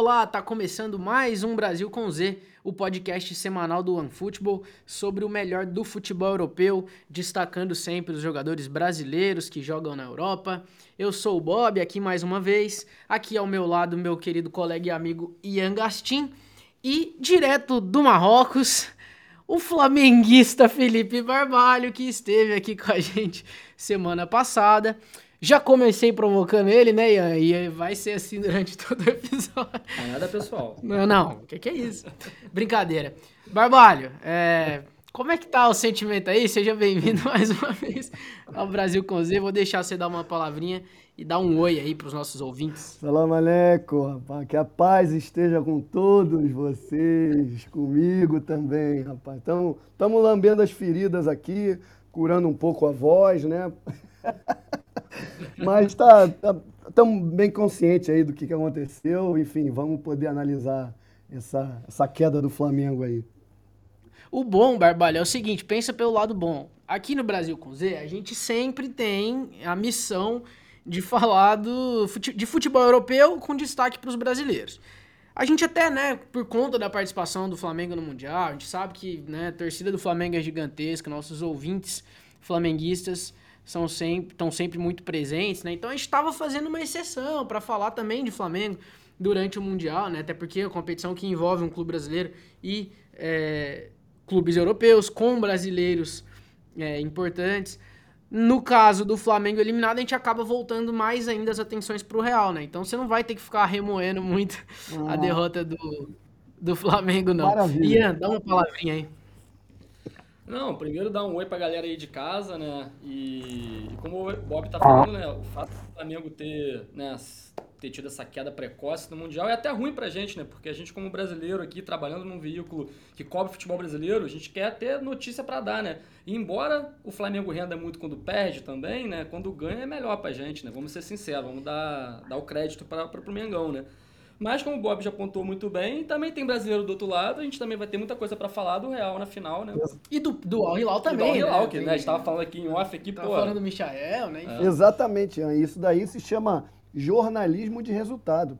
Olá, tá começando mais um Brasil com Z, o podcast semanal do OneFootball sobre o melhor do futebol europeu, destacando sempre os jogadores brasileiros que jogam na Europa. Eu sou o Bob, aqui mais uma vez, aqui ao meu lado meu querido colega e amigo Ian Gastin e direto do Marrocos, o flamenguista Felipe Barbalho, que esteve aqui com a gente semana passada. Já comecei provocando ele, né, Ian? E vai ser assim durante todo o episódio. Não é nada pessoal. Não. O que é isso? Brincadeira. Barbalho, como é que tá o sentimento aí? Seja bem-vindo mais uma vez ao Brasil com Z. Vou deixar você dar uma palavrinha e dar um oi aí pros nossos ouvintes. Salam aleikum, rapaz. Que a paz esteja com todos vocês, comigo também, rapaz. Estamos lambendo as feridas aqui, curando um pouco a voz, né? Mas estamos bem conscientes aí do que aconteceu. Enfim, vamos poder analisar essa queda do Flamengo aí. O bom, Barbalho, é o seguinte, pensa pelo lado bom. Aqui no Brasil com Z, a gente sempre tem a missão de falar de futebol europeu com destaque para os brasileiros. A gente até, né, por conta da participação do Flamengo no Mundial, a gente sabe que, né, a torcida do Flamengo é gigantesca, nossos ouvintes flamenguistas estão sempre muito presentes, né? Então a gente estava fazendo uma exceção para falar também de Flamengo durante o Mundial, né? Até porque é uma competição que envolve um clube brasileiro e clubes europeus com brasileiros importantes. No caso do Flamengo eliminado, a gente acaba voltando mais ainda as atenções pro Real, né? Então você não vai ter que ficar remoendo muito a derrota do Flamengo, não. Maravilha. Ian, dá uma palavrinha aí. Não, primeiro dar um oi pra galera aí de casa, né? E como o Bob tá falando, né? O fato do Flamengo ter tido essa queda precoce no Mundial é até ruim pra gente, né? Porque a gente, como brasileiro aqui, trabalhando num veículo que cobre futebol brasileiro, a gente quer ter notícia pra dar, né? E embora o Flamengo renda muito quando perde também, né? Quando ganha é melhor pra gente, né? Vamos ser sinceros, vamos dar o crédito pro Mengão, né? Mas como o Bob já apontou muito bem, também tem brasileiro do outro lado, a gente também vai ter muita coisa pra falar do Real na final, né? E do Al Hilal E também, do Al Hilal, né? que né, a gente tava falando aqui em off, aqui, Tava pô... falando do Michael, né? Enfim. Exatamente, Ian. Isso daí se chama jornalismo de resultado.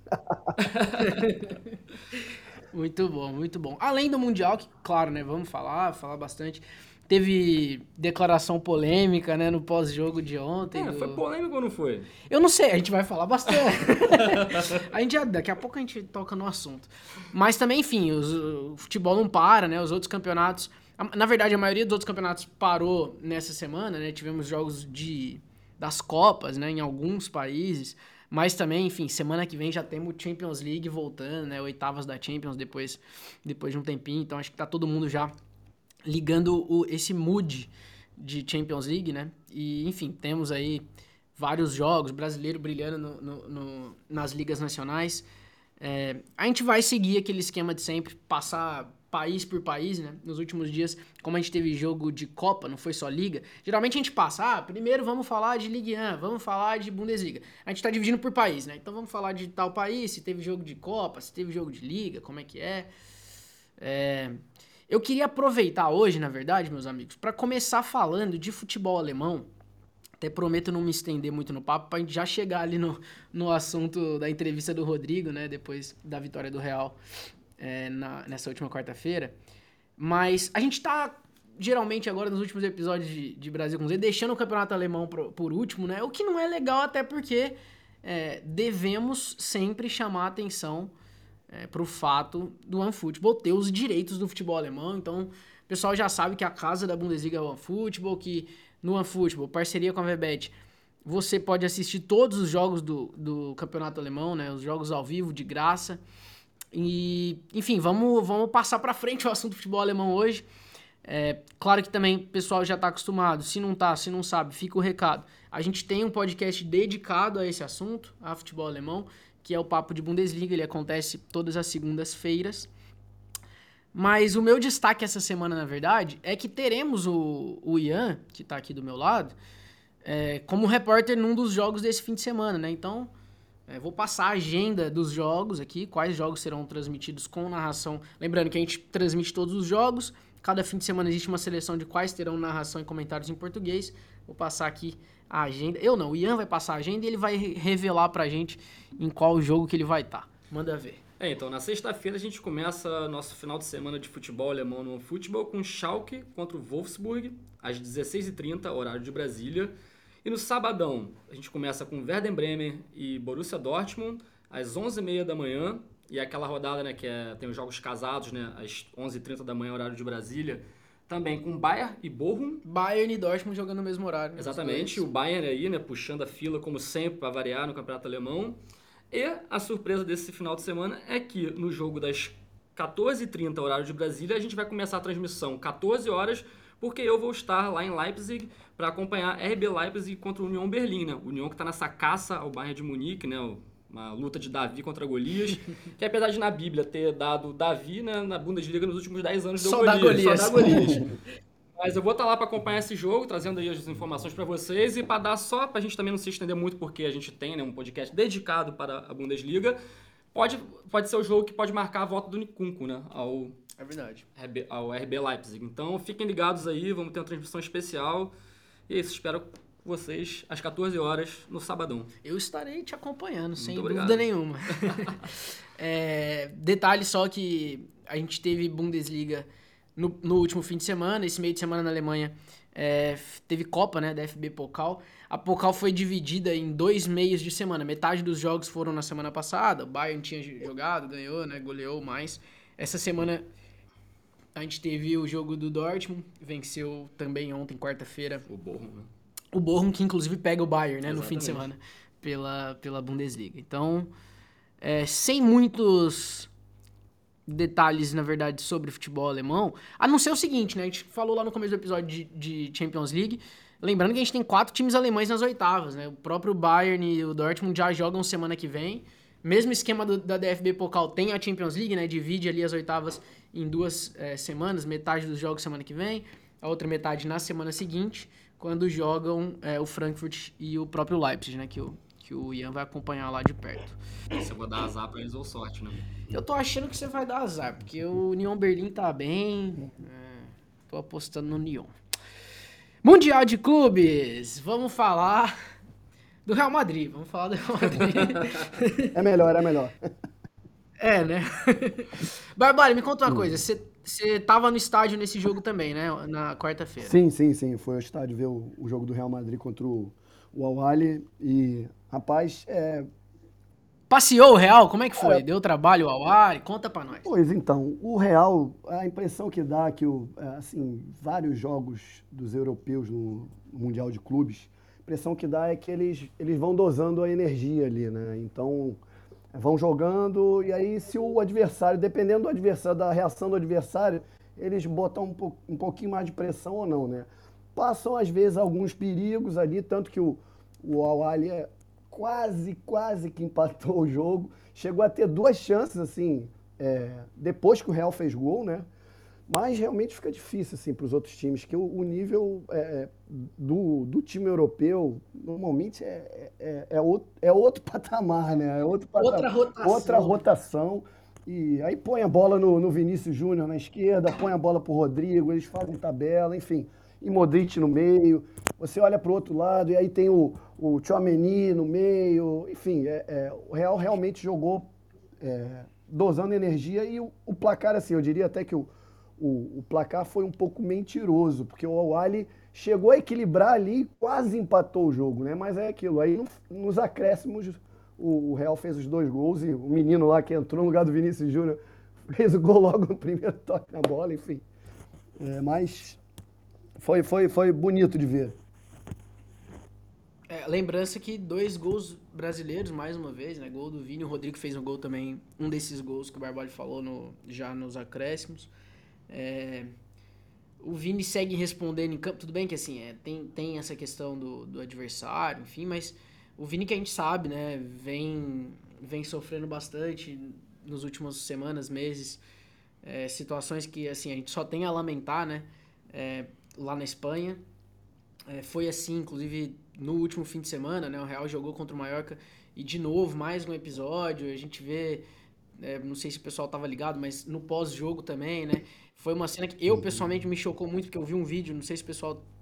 Muito bom, muito bom. Além do Mundial, que, claro, né, vamos falar bastante. Teve declaração polêmica, né, no pós-jogo de ontem. Foi polêmico ou não foi? Eu não sei, a gente vai falar bastante. Daqui a pouco a gente toca no assunto. Mas também, enfim, o futebol não para, né, os outros campeonatos... Na verdade, a maioria dos outros campeonatos parou nessa semana, né, tivemos jogos das Copas, né, em alguns países... Mas também, enfim, semana que vem já temos Champions League voltando, né? Oitavas da Champions depois de um tempinho. Então acho que tá todo mundo já ligando esse mood de Champions League, né? E, enfim, temos aí vários jogos, brasileiro brilhando nas ligas nacionais. A gente vai seguir aquele esquema de sempre, passar país por país, né? Nos últimos dias, como a gente teve jogo de Copa, não foi só Liga, geralmente a gente passa, primeiro vamos falar de Ligue 1, vamos falar de Bundesliga. A gente tá dividindo por país, né? Então vamos falar de tal país, se teve jogo de Copa, se teve jogo de Liga, como é que é. Eu queria aproveitar hoje, na verdade, meus amigos, para começar falando de futebol alemão. Até prometo não me estender muito no papo, pra gente já chegar ali no assunto da entrevista do Rodrigo, né? Depois da vitória do Real nessa última quarta-feira. Mas a gente tá, geralmente, agora nos últimos episódios de Brasil com Z, deixando o campeonato alemão por último, né? O que não é legal, até porque devemos sempre chamar a atenção pro fato do OneFootball ter os direitos do futebol alemão. Então, o pessoal já sabe que a casa da Bundesliga é o OneFootball, que no OneFootball, parceria com a VBET, você pode assistir todos os jogos do campeonato alemão, né? Os jogos ao vivo, de graça. E, enfim, vamos passar pra frente o assunto do futebol alemão hoje. Claro que também o pessoal já tá acostumado. Se não sabe, fica o recado. A gente tem um podcast dedicado a esse assunto, a futebol alemão, que é o Papo de Bundesliga. Ele acontece todas as segundas-feiras. Mas o meu destaque essa semana, na verdade, é que teremos o Ian, que tá aqui do meu lado, como repórter num dos jogos desse fim de semana, né? Então, vou passar a agenda dos jogos aqui, quais jogos serão transmitidos com narração. Lembrando que a gente transmite todos os jogos, cada fim de semana existe uma seleção de quais terão narração e comentários em português. Vou passar aqui a agenda. O Ian vai passar a agenda e ele vai revelar pra gente em qual jogo que ele vai estar. Manda ver. Então, na sexta-feira a gente começa nosso final de semana de futebol alemão no futebol com Schalke contra o Wolfsburg, às 16h30, horário de Brasília. E no sabadão, a gente começa com Werder Bremen e Borussia Dortmund, às 11h30 da manhã. E aquela rodada, né, tem os jogos casados, né, às 11h30 da manhã, horário de Brasília. Também com Bayern e Bochum. Bayern e Dortmund jogando no mesmo horário. Exatamente, o Bayern aí, né, puxando a fila, como sempre, para variar no campeonato alemão. E a surpresa desse final de semana é que no jogo das 14h30, horário de Brasília, a gente vai começar a transmissão 14 horas, porque eu vou estar lá em Leipzig para acompanhar RB Leipzig contra o Union Berlim, né? O Union que está nessa caça ao Bayern de Munique, né? Uma luta de Davi contra Golias, que apesar de na Bíblia ter dado Davi, né, na Bundesliga nos últimos 10 anos deu Golias. Só dá Golias. Mas eu vou estar lá para acompanhar esse jogo, trazendo aí as informações para vocês e para dar só, para a gente também não se estender muito, porque a gente tem, né, um podcast dedicado para a Bundesliga, pode ser o jogo que pode marcar a volta do Nkunku, né, É verdade. ao RB Leipzig. Então fiquem ligados aí, vamos ter uma transmissão especial. E é isso, espero vocês às 14 horas no sabadão. Eu estarei te acompanhando, sem obrigado. dúvida nenhuma. Detalhe só que a gente teve Bundesliga no último fim de semana, esse meio de semana na Alemanha teve Copa, né, da FB Pokal. A Pokal foi dividida em 2 meios de semana. Metade dos jogos foram na semana passada, o Bayern tinha jogado, ganhou, né, goleou mais. Essa semana a gente teve o jogo do Dortmund, venceu também ontem, quarta-feira. O Bochum, né? O Bochum, que inclusive pega o Bayern, né, no fim de Exatamente. semana pela Bundesliga. Então, sem muitos detalhes, na verdade, sobre futebol alemão, a não ser o seguinte, né, a gente falou lá no começo do episódio de Champions League, lembrando que a gente tem 4 times alemães nas oitavas, né, o próprio Bayern e o Dortmund já jogam semana que vem, mesmo esquema da DFB Pokal tem a Champions League, né, divide ali as oitavas em 2 semanas, metade dos jogos semana que vem, a outra metade na semana seguinte, quando jogam o Frankfurt e o próprio Leipzig, né, que o Ian vai acompanhar lá de perto. Se eu vou dar azar pra eles ou sorte, né? Eu tô achando que você vai dar azar, porque o Union Berlim tá bem. Tô apostando no Union. Mundial de Clubes! Vamos falar do Real Madrid. Vamos falar do Real Madrid. É melhor. Né? Barbário, me conta uma coisa. Você tava no estádio nesse jogo também, né? Na quarta-feira. Sim. Foi ao estádio ver o jogo do Real Madrid contra o Al-Ahly e, rapaz, Passeou o Real? Como é que foi? Deu trabalho ao Al-Ahly? Conta pra nós. Pois então, o Real, a impressão que dá é que assim, vários jogos dos europeus no Mundial de Clubes, a impressão que dá é que eles vão dosando a energia ali, né? Então, vão jogando e aí se o adversário, dependendo do adversário, da reação do adversário, eles botam um pouquinho mais de pressão ou não, né? Passam, às vezes, alguns perigos ali, tanto que o Al-Ahly quase que empatou o jogo. Chegou a ter 2 chances, assim, depois que o Real fez gol, né? Mas realmente fica difícil, assim, para os outros times, que o nível do time europeu, normalmente, é outro patamar, né? É outro patamar, outra rotação. E aí põe a bola no Vinícius Júnior na esquerda, põe a bola pro Rodrigo, eles fazem tabela, enfim. E Modric no meio. Você olha pro outro lado e aí tem o Tchouaméni no meio. Enfim, o Real realmente jogou dosando energia e o placar, assim, eu diria até que o placar foi um pouco mentiroso, porque o Al-Ahly chegou a equilibrar ali e quase empatou o jogo, né? Mas é aquilo, aí nos acréscimos o Real fez os 2 gols e o menino lá que entrou no lugar do Vinícius Júnior fez o gol logo no primeiro toque na bola, enfim. Mas foi bonito de ver. Lembrança que 2 gols brasileiros, mais uma vez, né? Gol do Vini, o Rodrigo fez um gol também, um desses gols que o Barbalho falou já nos acréscimos. O Vini segue respondendo em campo, tudo bem que assim, tem essa questão do adversário, enfim, mas o Vini que a gente sabe, né, vem sofrendo bastante nos últimas semanas, meses, situações que assim, a gente só tem a lamentar, né, lá na Espanha. Foi assim, inclusive, no último fim de semana, né, o Real jogou contra o Mallorca e de novo, mais um episódio, a gente vê, não sei se o pessoal tava ligado, mas no pós-jogo também, né, foi uma cena que eu pessoalmente me chocou muito, porque eu vi um vídeo, não sei se o pessoal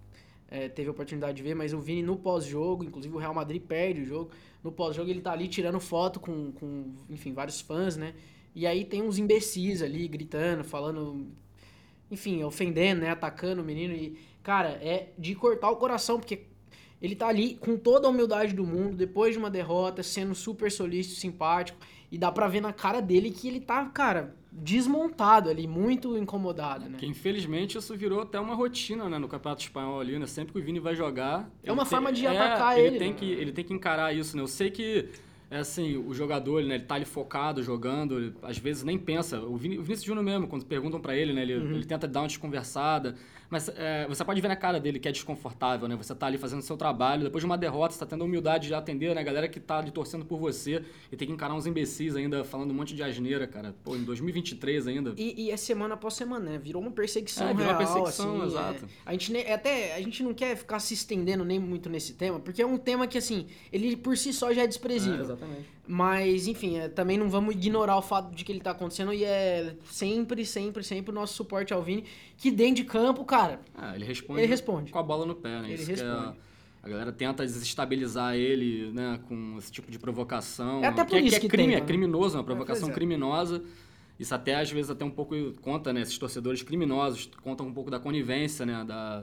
teve a oportunidade de ver, mas o Vini no pós-jogo, inclusive o Real Madrid perde o jogo, no pós-jogo ele tá ali tirando foto com enfim, vários fãs, né? E aí tem uns imbecis ali gritando, falando, enfim, ofendendo, né? Atacando o menino. E, cara, é de cortar o coração, porque ele tá ali com toda a humildade do mundo, depois de uma derrota, sendo super solícito, simpático. E dá pra ver na cara dele que ele tá, cara, desmontado ali, muito incomodado, né? Que infelizmente isso virou até uma rotina, né, no Campeonato Espanhol ali, né? Sempre que o Vini vai jogar. É uma forma de atacar ele. Ele tem que encarar isso, né? Eu sei que. É assim, o jogador, né, ele tá ali focado, jogando, ele, às vezes nem pensa. O Vinícius Júnior mesmo, quando perguntam pra ele, né, ele tenta dar uma desconversada, mas você pode ver na cara dele que é desconfortável, né? Você tá ali fazendo o seu trabalho, depois de uma derrota, você tá tendo a humildade de atender, né, a galera que tá ali torcendo por você e tem que encarar uns imbecis ainda, falando um monte de asneira, cara. Pô, em 2023 ainda. E é semana após semana, né? Virou uma perseguição virou real, uma perseguição, assim, exato. A gente não quer ficar se estendendo nem muito nesse tema, porque é um tema que, assim, ele por si só já é desprezível. Exatamente. Mas, enfim, também não vamos ignorar o fato de que ele tá acontecendo e é sempre o nosso suporte ao Vini, que dentro de campo, cara... Ele responde com a bola no pé, né? Ele Isso responde. A galera tenta desestabilizar ele, né, com esse tipo de provocação. É até por isso que crime, tenta, é criminoso, uma pois provocação é. criminosa. Isso até, às vezes, até um pouco conta, né, esses torcedores criminosos, contam um pouco da conivência, né,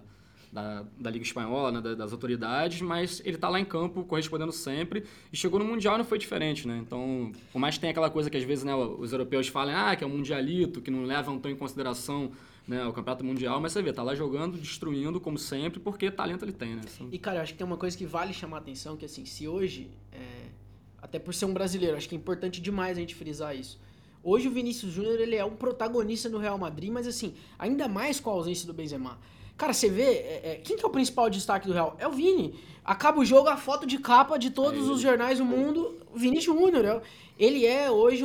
da Liga Espanhola, né, das autoridades, mas ele tá lá em campo correspondendo sempre e chegou no Mundial e não foi diferente, né? Então, por mais que tenha aquela coisa que às vezes, né, os europeus falam que é um mundialito, que não levam tão em consideração, né, o Campeonato Mundial, mas você vê, tá lá jogando, destruindo, como sempre, porque talento ele tem, né? E, cara, eu acho que tem uma coisa que vale chamar a atenção, que assim, se hoje, até por ser um brasileiro, acho que é importante demais a gente frisar isso. Hoje o Vinícius Júnior, ele é um protagonista do Real Madrid, mas assim, ainda mais com a ausência do Benzema. Cara, você vê, quem que é o principal destaque do Real? É o Vini. Acaba o jogo, a foto de capa de todos os jornais do mundo, Vinícius Júnior. Ele é hoje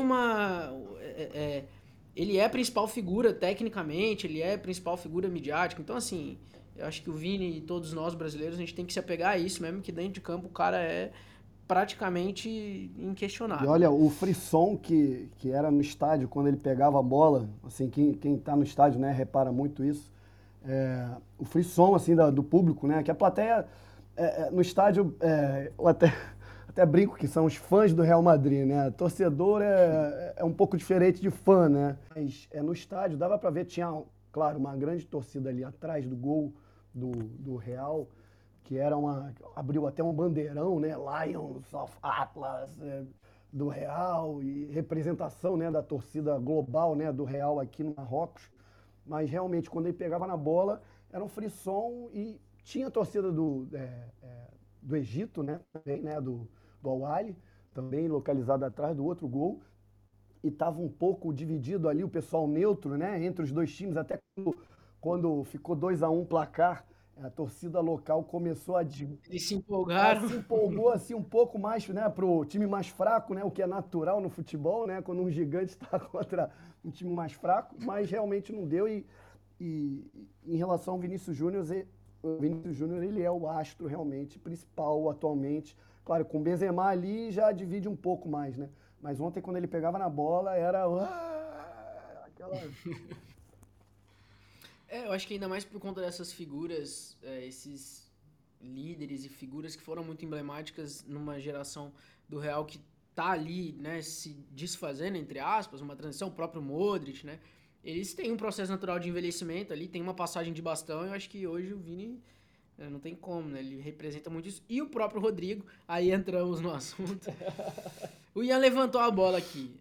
ele é a principal figura tecnicamente, ele é a principal figura midiática. Então, assim, eu acho que o Vini e todos nós brasileiros, a gente tem que se apegar a isso mesmo, que dentro de campo o cara é praticamente inquestionável. E olha, o frisson que era no estádio, quando ele pegava a bola, assim, quem tá no estádio, né, repara muito isso, o frisson, assim, do público, né, que a plateia, no estádio, eu até brinco que são os fãs do Real Madrid, né, torcedor é um pouco diferente de fã, né, mas no estádio dava para ver, tinha, claro, uma grande torcida ali atrás do gol do Real, que abriu até um bandeirão, né, Lions of Atlas, do Real, e representação, né, da torcida global, né, do Real aqui no Marrocos. Mas realmente, quando ele pegava na bola, era um frisson e tinha a torcida do Egito, né, também, né, do Al-Ahly, também localizada atrás do outro gol. E estava um pouco dividido ali, o pessoal neutro, né, entre os dois times, até quando ficou 2-1 placar, a torcida local começou a... Eles se empolgaram. Se empolgou assim um pouco mais, né, pro time mais fraco, né, o que é natural no futebol, né, quando um gigante está contra um time mais fraco, mas realmente não deu. E em relação ao Vinícius Júnior, ele é o astro realmente principal atualmente. Claro, com o Benzema ali já divide um pouco mais, né, mas ontem quando ele pegava na bola era aquela... Eu acho que ainda mais por conta dessas figuras, esses líderes e figuras que foram muito emblemáticas numa geração do Real que tá ali, né, se desfazendo, entre aspas, uma transição, o próprio Modric, né, eles têm um processo natural de envelhecimento ali, tem uma passagem de bastão, eu acho que hoje o Vini não tem como, né, ele representa muito isso, e o próprio Rodrigo, aí entramos no assunto. O Ian levantou a bola aqui,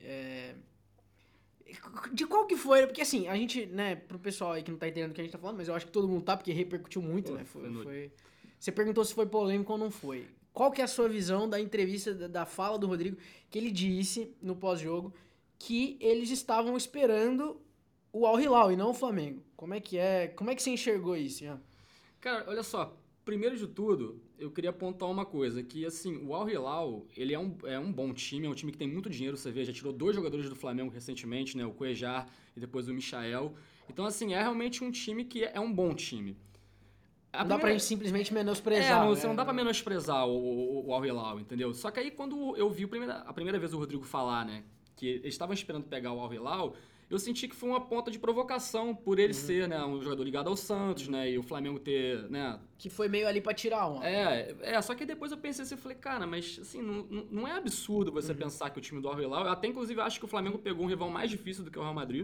de qual que foi? Porque assim, a gente, né, pro pessoal aí que não tá entendendo o que a gente tá falando, mas eu acho que todo mundo tá, porque repercutiu muito, né? Você perguntou se foi polêmico ou não foi. Qual que é a sua visão da entrevista, da fala do Rodrigo, que ele disse no pós-jogo que eles estavam esperando o Al Hilal e não o Flamengo? Como é que você enxergou isso, Ian? Cara, olha só, primeiro de tudo, eu queria apontar uma coisa, que assim, o Al Hilal, ele é um bom time, é um time que tem muito dinheiro, você vê, já tirou 2 jogadores do Flamengo recentemente, né, o Cuejar e depois o Michael. Então assim, é realmente um time que é um bom time. Não dá pra gente simplesmente menosprezar. Você não dá pra menosprezar o Al Hilal, entendeu? Só que aí quando eu vi a primeira vez o Rodrigo falar, né, que eles estavam esperando pegar o Al Hilal, eu senti que foi uma ponta de provocação por ele ser, né, um jogador ligado ao Santos, né, e o Flamengo ter, né... Que foi meio ali pra tirar onda. Só que depois eu pensei assim, eu falei, cara, mas assim, não é absurdo você pensar que o time do Al Hilal, eu até inclusive acho que o Flamengo pegou um rival mais difícil do que o Real Madrid,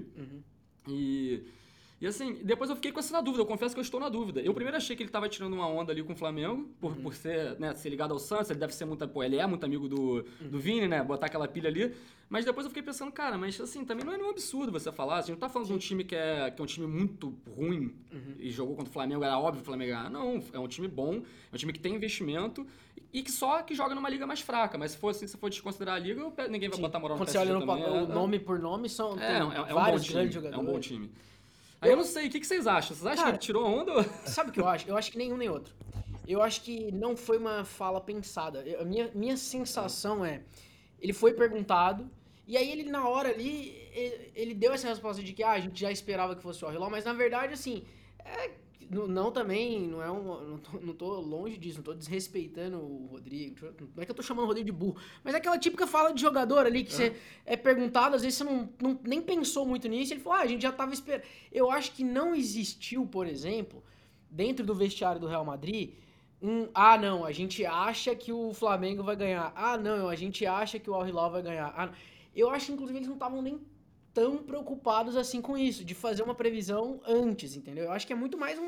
E assim, depois eu fiquei com essa na dúvida, eu confesso que eu estou na dúvida. Eu primeiro achei que ele tava tirando uma onda ali com o Flamengo, por ser, né, ser ligado ao Santos, ele deve ser muito, ele é muito amigo do Vini, né, botar aquela pilha ali. Mas depois eu fiquei pensando, cara, mas assim, também não é nenhum absurdo você falar, a gente não tá falando de um time que é um time muito ruim e jogou contra o Flamengo, era óbvio que o Flamengo ia ganhar. Não, é um time bom, é um time que tem investimento e que só que joga numa liga mais fraca. Mas se for assim, se for desconsiderar a liga, ninguém vai botar moral no Quando você PSG olha no também. papel, nome por nome, são É vários um bom time, grandes jogadores. é um bom time. Aí eu não sei, o que vocês acham? Vocês acham que ele tirou a onda? Sabe o que eu acho? Eu acho que nenhum nem outro. Eu acho que não foi uma fala pensada. A minha sensação é, ele foi perguntado, e aí ele na hora ali, ele deu essa resposta de que a gente já esperava que fosse o Al Hilal, mas na verdade, assim, não também, não é não tô longe disso, não tô desrespeitando o Rodrigo, não é que eu tô chamando o Rodrigo de burro, mas é aquela típica fala de jogador ali que você é perguntado, às vezes você nem pensou muito nisso, ele falou, a gente já tava esperando. Eu acho que não existiu, por exemplo, dentro do vestiário do Real Madrid, não, a gente acha que o Flamengo vai ganhar, não, a gente acha que o Al Hilal vai ganhar, eu acho que inclusive eles não estavam nem tão preocupados assim com isso, de fazer uma previsão antes, entendeu? Eu acho que é muito mais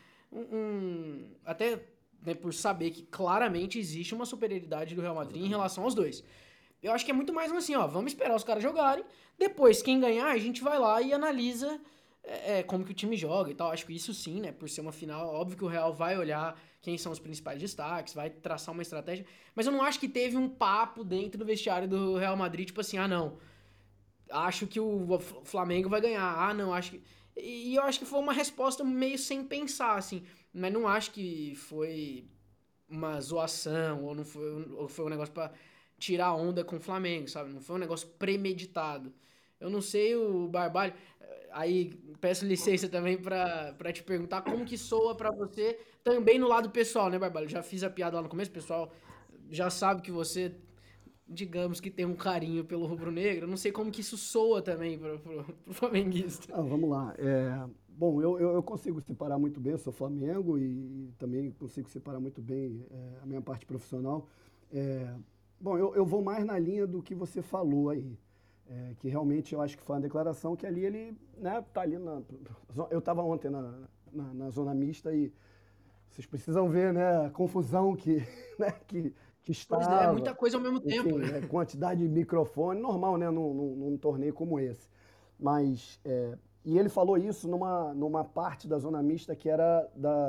até, né, por saber que claramente existe uma superioridade do Real Madrid em relação aos dois. Eu acho que é muito mais assim, ó, vamos esperar os caras jogarem, depois quem ganhar a gente vai lá e analisa como que o time joga e tal. Acho que isso sim, né, por ser uma final, óbvio que o Real vai olhar quem são os principais destaques, vai traçar uma estratégia, mas eu não acho que teve um papo dentro do vestiário do Real Madrid, tipo assim, não, acho que o Flamengo vai ganhar. Não, acho que... E eu acho que foi uma resposta meio sem pensar, assim. Mas não acho que foi uma zoação ou foi um negócio pra tirar onda com o Flamengo, sabe? Não foi um negócio premeditado. Eu não sei o Barbalho. Aí peço licença também pra te perguntar como que soa pra você também no lado pessoal, né, Barbalho? Já fiz a piada lá no começo, pessoal já sabe que você, digamos que tem um carinho pelo rubro-negro. Eu não sei como que isso soa também pro flamenguista. Vamos lá. Bom, eu consigo separar muito bem, eu sou Flamengo e também consigo separar muito bem a minha parte profissional. Bom, eu vou mais na linha do que você falou aí. Que realmente eu acho que foi uma declaração que ali ele, né, tá ali eu estava ontem na zona mista e vocês precisam ver, né, a confusão né, que Pois é, estava, muita coisa ao mesmo tempo. enfim, quantidade de microfone, normal, né, num torneio como esse. Mas, e ele falou isso numa parte da zona mista que era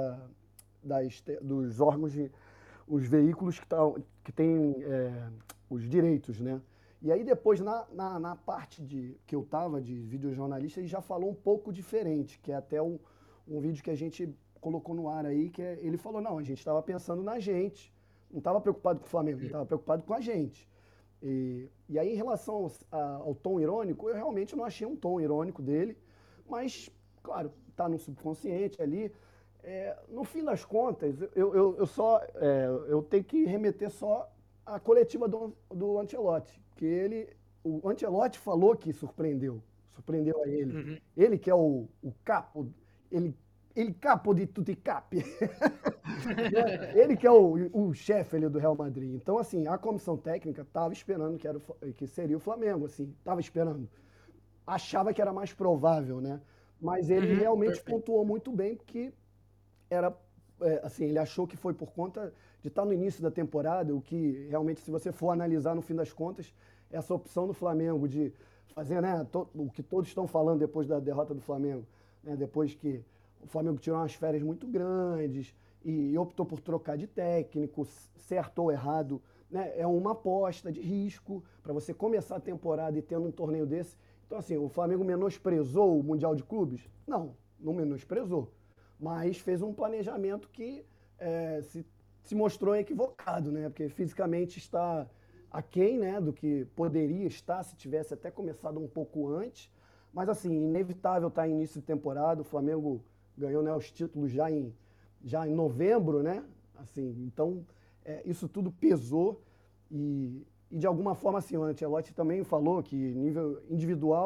dos órgãos, os veículos que têm os direitos, né? E aí depois, na parte que eu estava, de videojornalista, ele já falou um pouco diferente, que é até um vídeo que a gente colocou no ar aí, que ele falou, não, a gente estava pensando na gente, não estava preocupado com o Flamengo, ele estava preocupado com a gente. E aí, em relação ao tom irônico, eu realmente não achei um tom irônico dele, mas, claro, está no subconsciente ali. No fim das contas, eu tenho que remeter só à coletiva do Ancelotti, que o Ancelotti falou que surpreendeu a ele. Uhum. Ele que é o capo, ele capo de tutti capi. Ele que é o chefe ali do Real Madrid. Então, assim, a comissão técnica estava esperando que seria o Flamengo, assim, estava esperando. Achava que era mais provável, né? Mas ele realmente pontuou muito bem, porque assim, ele achou que foi por conta de estar no início da temporada, o que realmente, se você for analisar no fim das contas, essa opção do Flamengo de fazer, né, o que todos estão falando depois da derrota do Flamengo, né, depois que o Flamengo tirou umas férias muito grandes e optou por trocar de técnico, certo ou errado, né, é uma aposta de risco para você começar a temporada e tendo um torneio desse. Então, assim, o Flamengo menosprezou o Mundial de Clubes? Não menosprezou, mas fez um planejamento que se mostrou equivocado, né? Porque fisicamente está aquém, né, do que poderia estar se tivesse até começado um pouco antes. Mas, assim, inevitável estar em início de temporada. O Flamengo ganhou, né, os títulos já em novembro, né? Assim, então, isso tudo pesou e de alguma forma, assim, o Ancelotti também falou que nível individual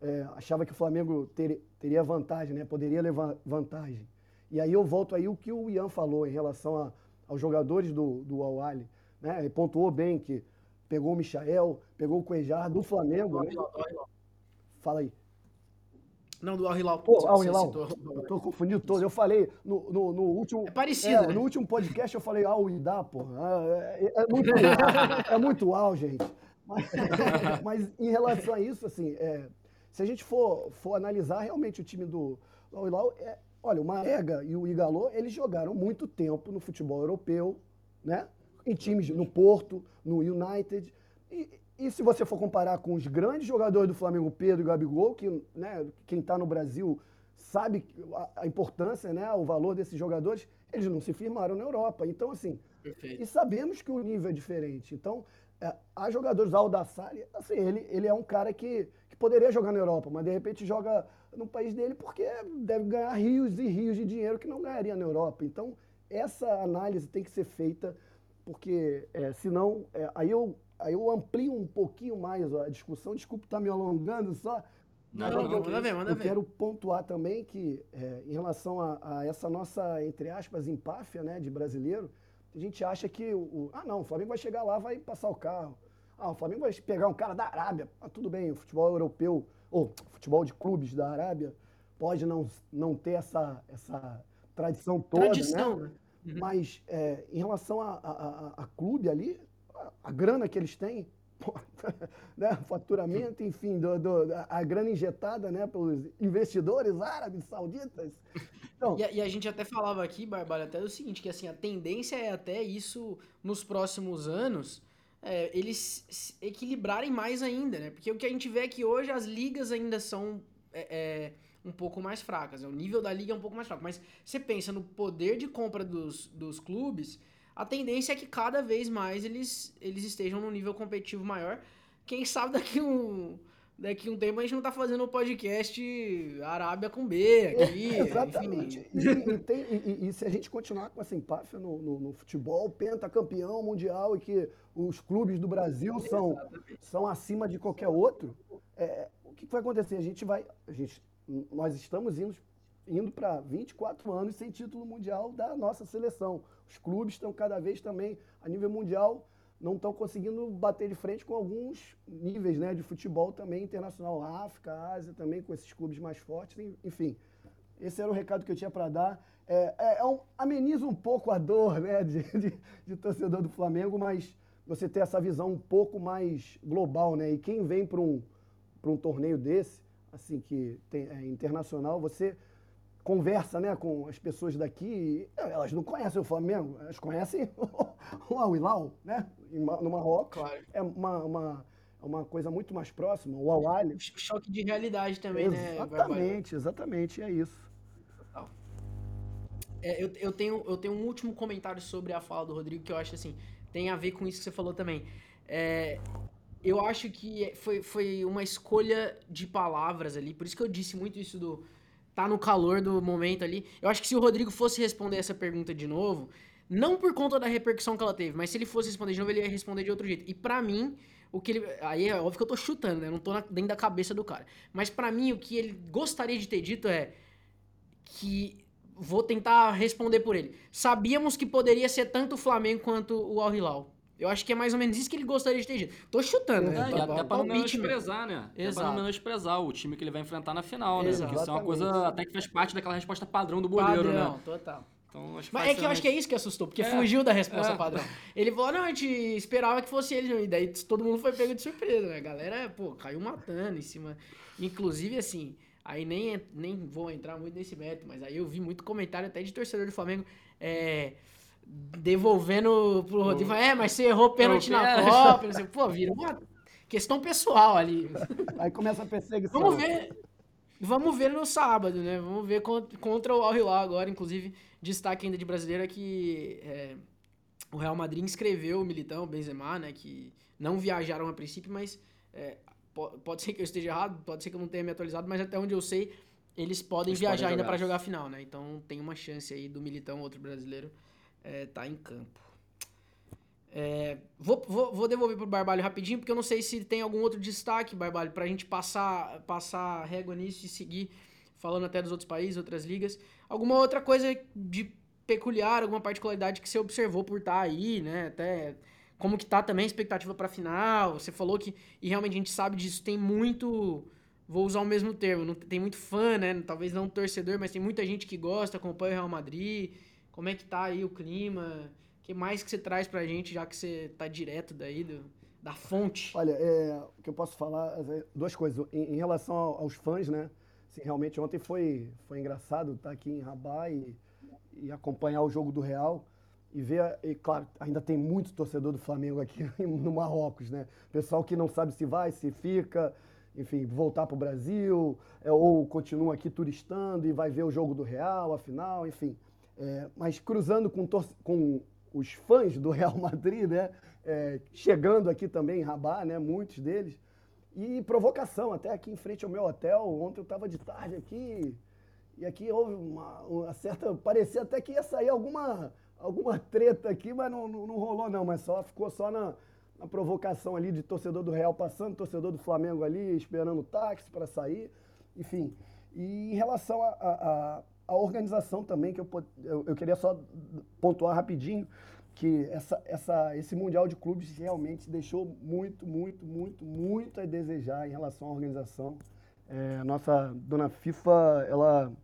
achava que o Flamengo teria vantagem, né? Poderia levar vantagem. E aí eu volto aí o que o Ian falou em relação aos jogadores do Al-Ahly, né? Ele pontuou bem que pegou o Michael, pegou o Cuejar do Flamengo, né? Fala aí. Não, do Al Hilal. Pô, Al Você Hilal, citou. eu tô confundindo todo. Eu falei no último. É parecido, né? No último podcast eu falei Al Idá, pô. É muito Al, gente. Mas em relação a isso, assim, se a gente for analisar realmente o time do Al Hilal, olha, o Marega e o Igalô, eles jogaram muito tempo no futebol europeu, né? Em times no Porto, no United. E se você for comparar com os grandes jogadores do Flamengo, Pedro e Gabigol, que, né, quem está no Brasil sabe a importância, né, o valor desses jogadores, eles não se firmaram na Europa. Então, assim, Perfeito. e sabemos que o nível é diferente. Então, há jogadores, Aldassari, assim, ele é um cara que poderia jogar na Europa, mas de repente joga no país dele porque deve ganhar rios e rios de dinheiro que não ganharia na Europa. Então, essa análise tem que ser feita, porque senão, aí eu amplio um pouquinho mais a discussão. Desculpa estar me alongando só. Mas Não, manda ver, manda eu ver. quero pontuar também que, em relação a essa nossa, entre aspas, empáfia, né, de brasileiro, a gente acha que não, o Flamengo vai chegar lá, vai passar o carro. O Flamengo vai pegar um cara da Arábia. Tudo bem, o futebol europeu, ou futebol de clubes da Arábia, pode não ter essa tradição toda, Tradição, né? né? Mas em relação a clube ali, a grana que eles têm, pô, né, faturamento, enfim, a grana injetada, né, pelos investidores árabes, sauditas. Então, E a gente até falava aqui, Barbalho, até o seguinte, que assim, a tendência é até isso nos próximos anos, eles se equilibrarem mais ainda, né? Porque o que a gente vê é que hoje as ligas ainda são um pouco mais fracas, né? O nível da liga é um pouco mais fraco. Mas você pensa no poder de compra dos clubes, a tendência é que cada vez mais eles estejam num nível competitivo maior. Quem sabe daqui um tempo a gente não tá fazendo um podcast Arábia com B aqui, exatamente. enfim. E se a gente continuar com essa empáfia no futebol, pentacampeão mundial e que os clubes do Brasil são acima de qualquer outro, o que vai acontecer? Nós estamos indo para 24 anos sem título mundial da nossa seleção. Os clubes estão cada vez também, a nível mundial, não estão conseguindo bater de frente com alguns níveis, né, de futebol também internacional, África, Ásia também, com esses clubes mais fortes, enfim. Esse era o recado que eu tinha para dar. Ameniza um pouco a dor, né, de torcedor do Flamengo, mas você ter essa visão um pouco mais global, né? E quem vem para um torneio desse, assim, que é internacional, você conversa, né, com as pessoas daqui, elas não conhecem o Flamengo, elas conhecem o Al Hilal, né, no Marrocos. Claro. É uma coisa muito mais próxima, o Al Ahly. Choque de realidade também, né, Barbalho? Exatamente, é isso. Eu tenho um último comentário sobre a fala do Rodrigo que eu acho assim, tem a ver com isso que você falou também. Eu acho que foi uma escolha de palavras ali, por isso que eu disse muito isso tá no calor do momento ali. Eu acho que se o Rodrigo fosse responder essa pergunta de novo, não por conta da repercussão que ela teve, mas se ele fosse responder de novo, ele ia responder de outro jeito. E pra mim, o que ele... Aí é óbvio que eu tô chutando, né? Eu não tô dentro da cabeça do cara. Mas pra mim, o que ele gostaria de ter dito é que... Vou tentar responder por ele. Sabíamos que poderia ser tanto o Flamengo quanto o Al Hilal. Eu acho que é mais ou menos isso que ele gostaria de ter dito. Tô chutando, né? E até pra não Palpite mesmo. menosprezar, né? Até pra Exato. não menosprezar o time que ele vai enfrentar na final, né? Exato. Porque isso é uma coisa até que faz parte daquela resposta padrão do boleiro, Padrão, né? total. Então, acho que Mas é que eu acho que é isso que assustou, porque fugiu da resposta padrão. Ele falou, não, a gente esperava que fosse ele, e daí todo mundo foi pego de surpresa, né? A galera, pô, caiu matando em cima. Inclusive, assim, aí nem vou entrar muito nesse mérito, mas aí eu vi muito comentário até de torcedor do Flamengo, devolvendo pro Rodrigo, mas você errou pênalti na Copa, não sei, pô, vira uma questão pessoal ali. Aí começa a perseguição. Vamos ver no sábado, né? Vamos ver contra o Al Hilal agora. Inclusive, destaque ainda de brasileiro é que o Real Madrid inscreveu o Militão, o Benzema, né? Que não viajaram a princípio, mas pode ser que eu esteja errado, pode ser que eu não tenha me atualizado, mas até onde eu sei, eles podem viajar ainda para jogar a final, né? Então tem uma chance aí do Militão, outro brasileiro, tá em campo. Vou devolver pro Barbalho rapidinho, porque eu não sei se tem algum outro destaque, Barbalho, pra gente passar régua nisso e seguir falando até dos outros países, outras ligas. Alguma outra coisa de peculiar, alguma particularidade que você observou por estar aí, né? Até como que tá também a expectativa pra final. Você falou que, e realmente a gente sabe disso, tem muito, vou usar o mesmo termo, tem muito fã, né? Talvez não torcedor, mas tem muita gente que gosta, acompanha o Real Madrid. Como é que tá aí o clima? O que mais que você traz pra gente, já que você tá direto daí, da fonte? Olha, o que eu posso falar, duas coisas. Em relação aos fãs, né? Assim, realmente ontem foi engraçado estar aqui em Rabat e acompanhar o jogo do Real e ver, e claro, ainda tem muito torcedor do Flamengo aqui no Marrocos, né? Pessoal que não sabe se vai, se fica, enfim, voltar para o Brasil, ou continua aqui turistando e vai ver o jogo do Real, a final, enfim. Mas cruzando com os fãs do Real Madrid, né? Chegando aqui também em Rabat, né? Muitos deles. E provocação, até aqui em frente ao meu hotel. Ontem eu estava de tarde aqui, e aqui houve uma certa. Parecia até que ia sair alguma treta aqui, mas não rolou, não. Mas ficou só na provocação ali de torcedor do Real passando, torcedor do Flamengo ali esperando o táxi para sair. Enfim. E em relação à organização também, que eu queria só pontuar rapidinho, que esse Mundial de Clubes realmente deixou muito, muito, muito, muito a desejar em relação à organização. A nossa dona FIFA, ela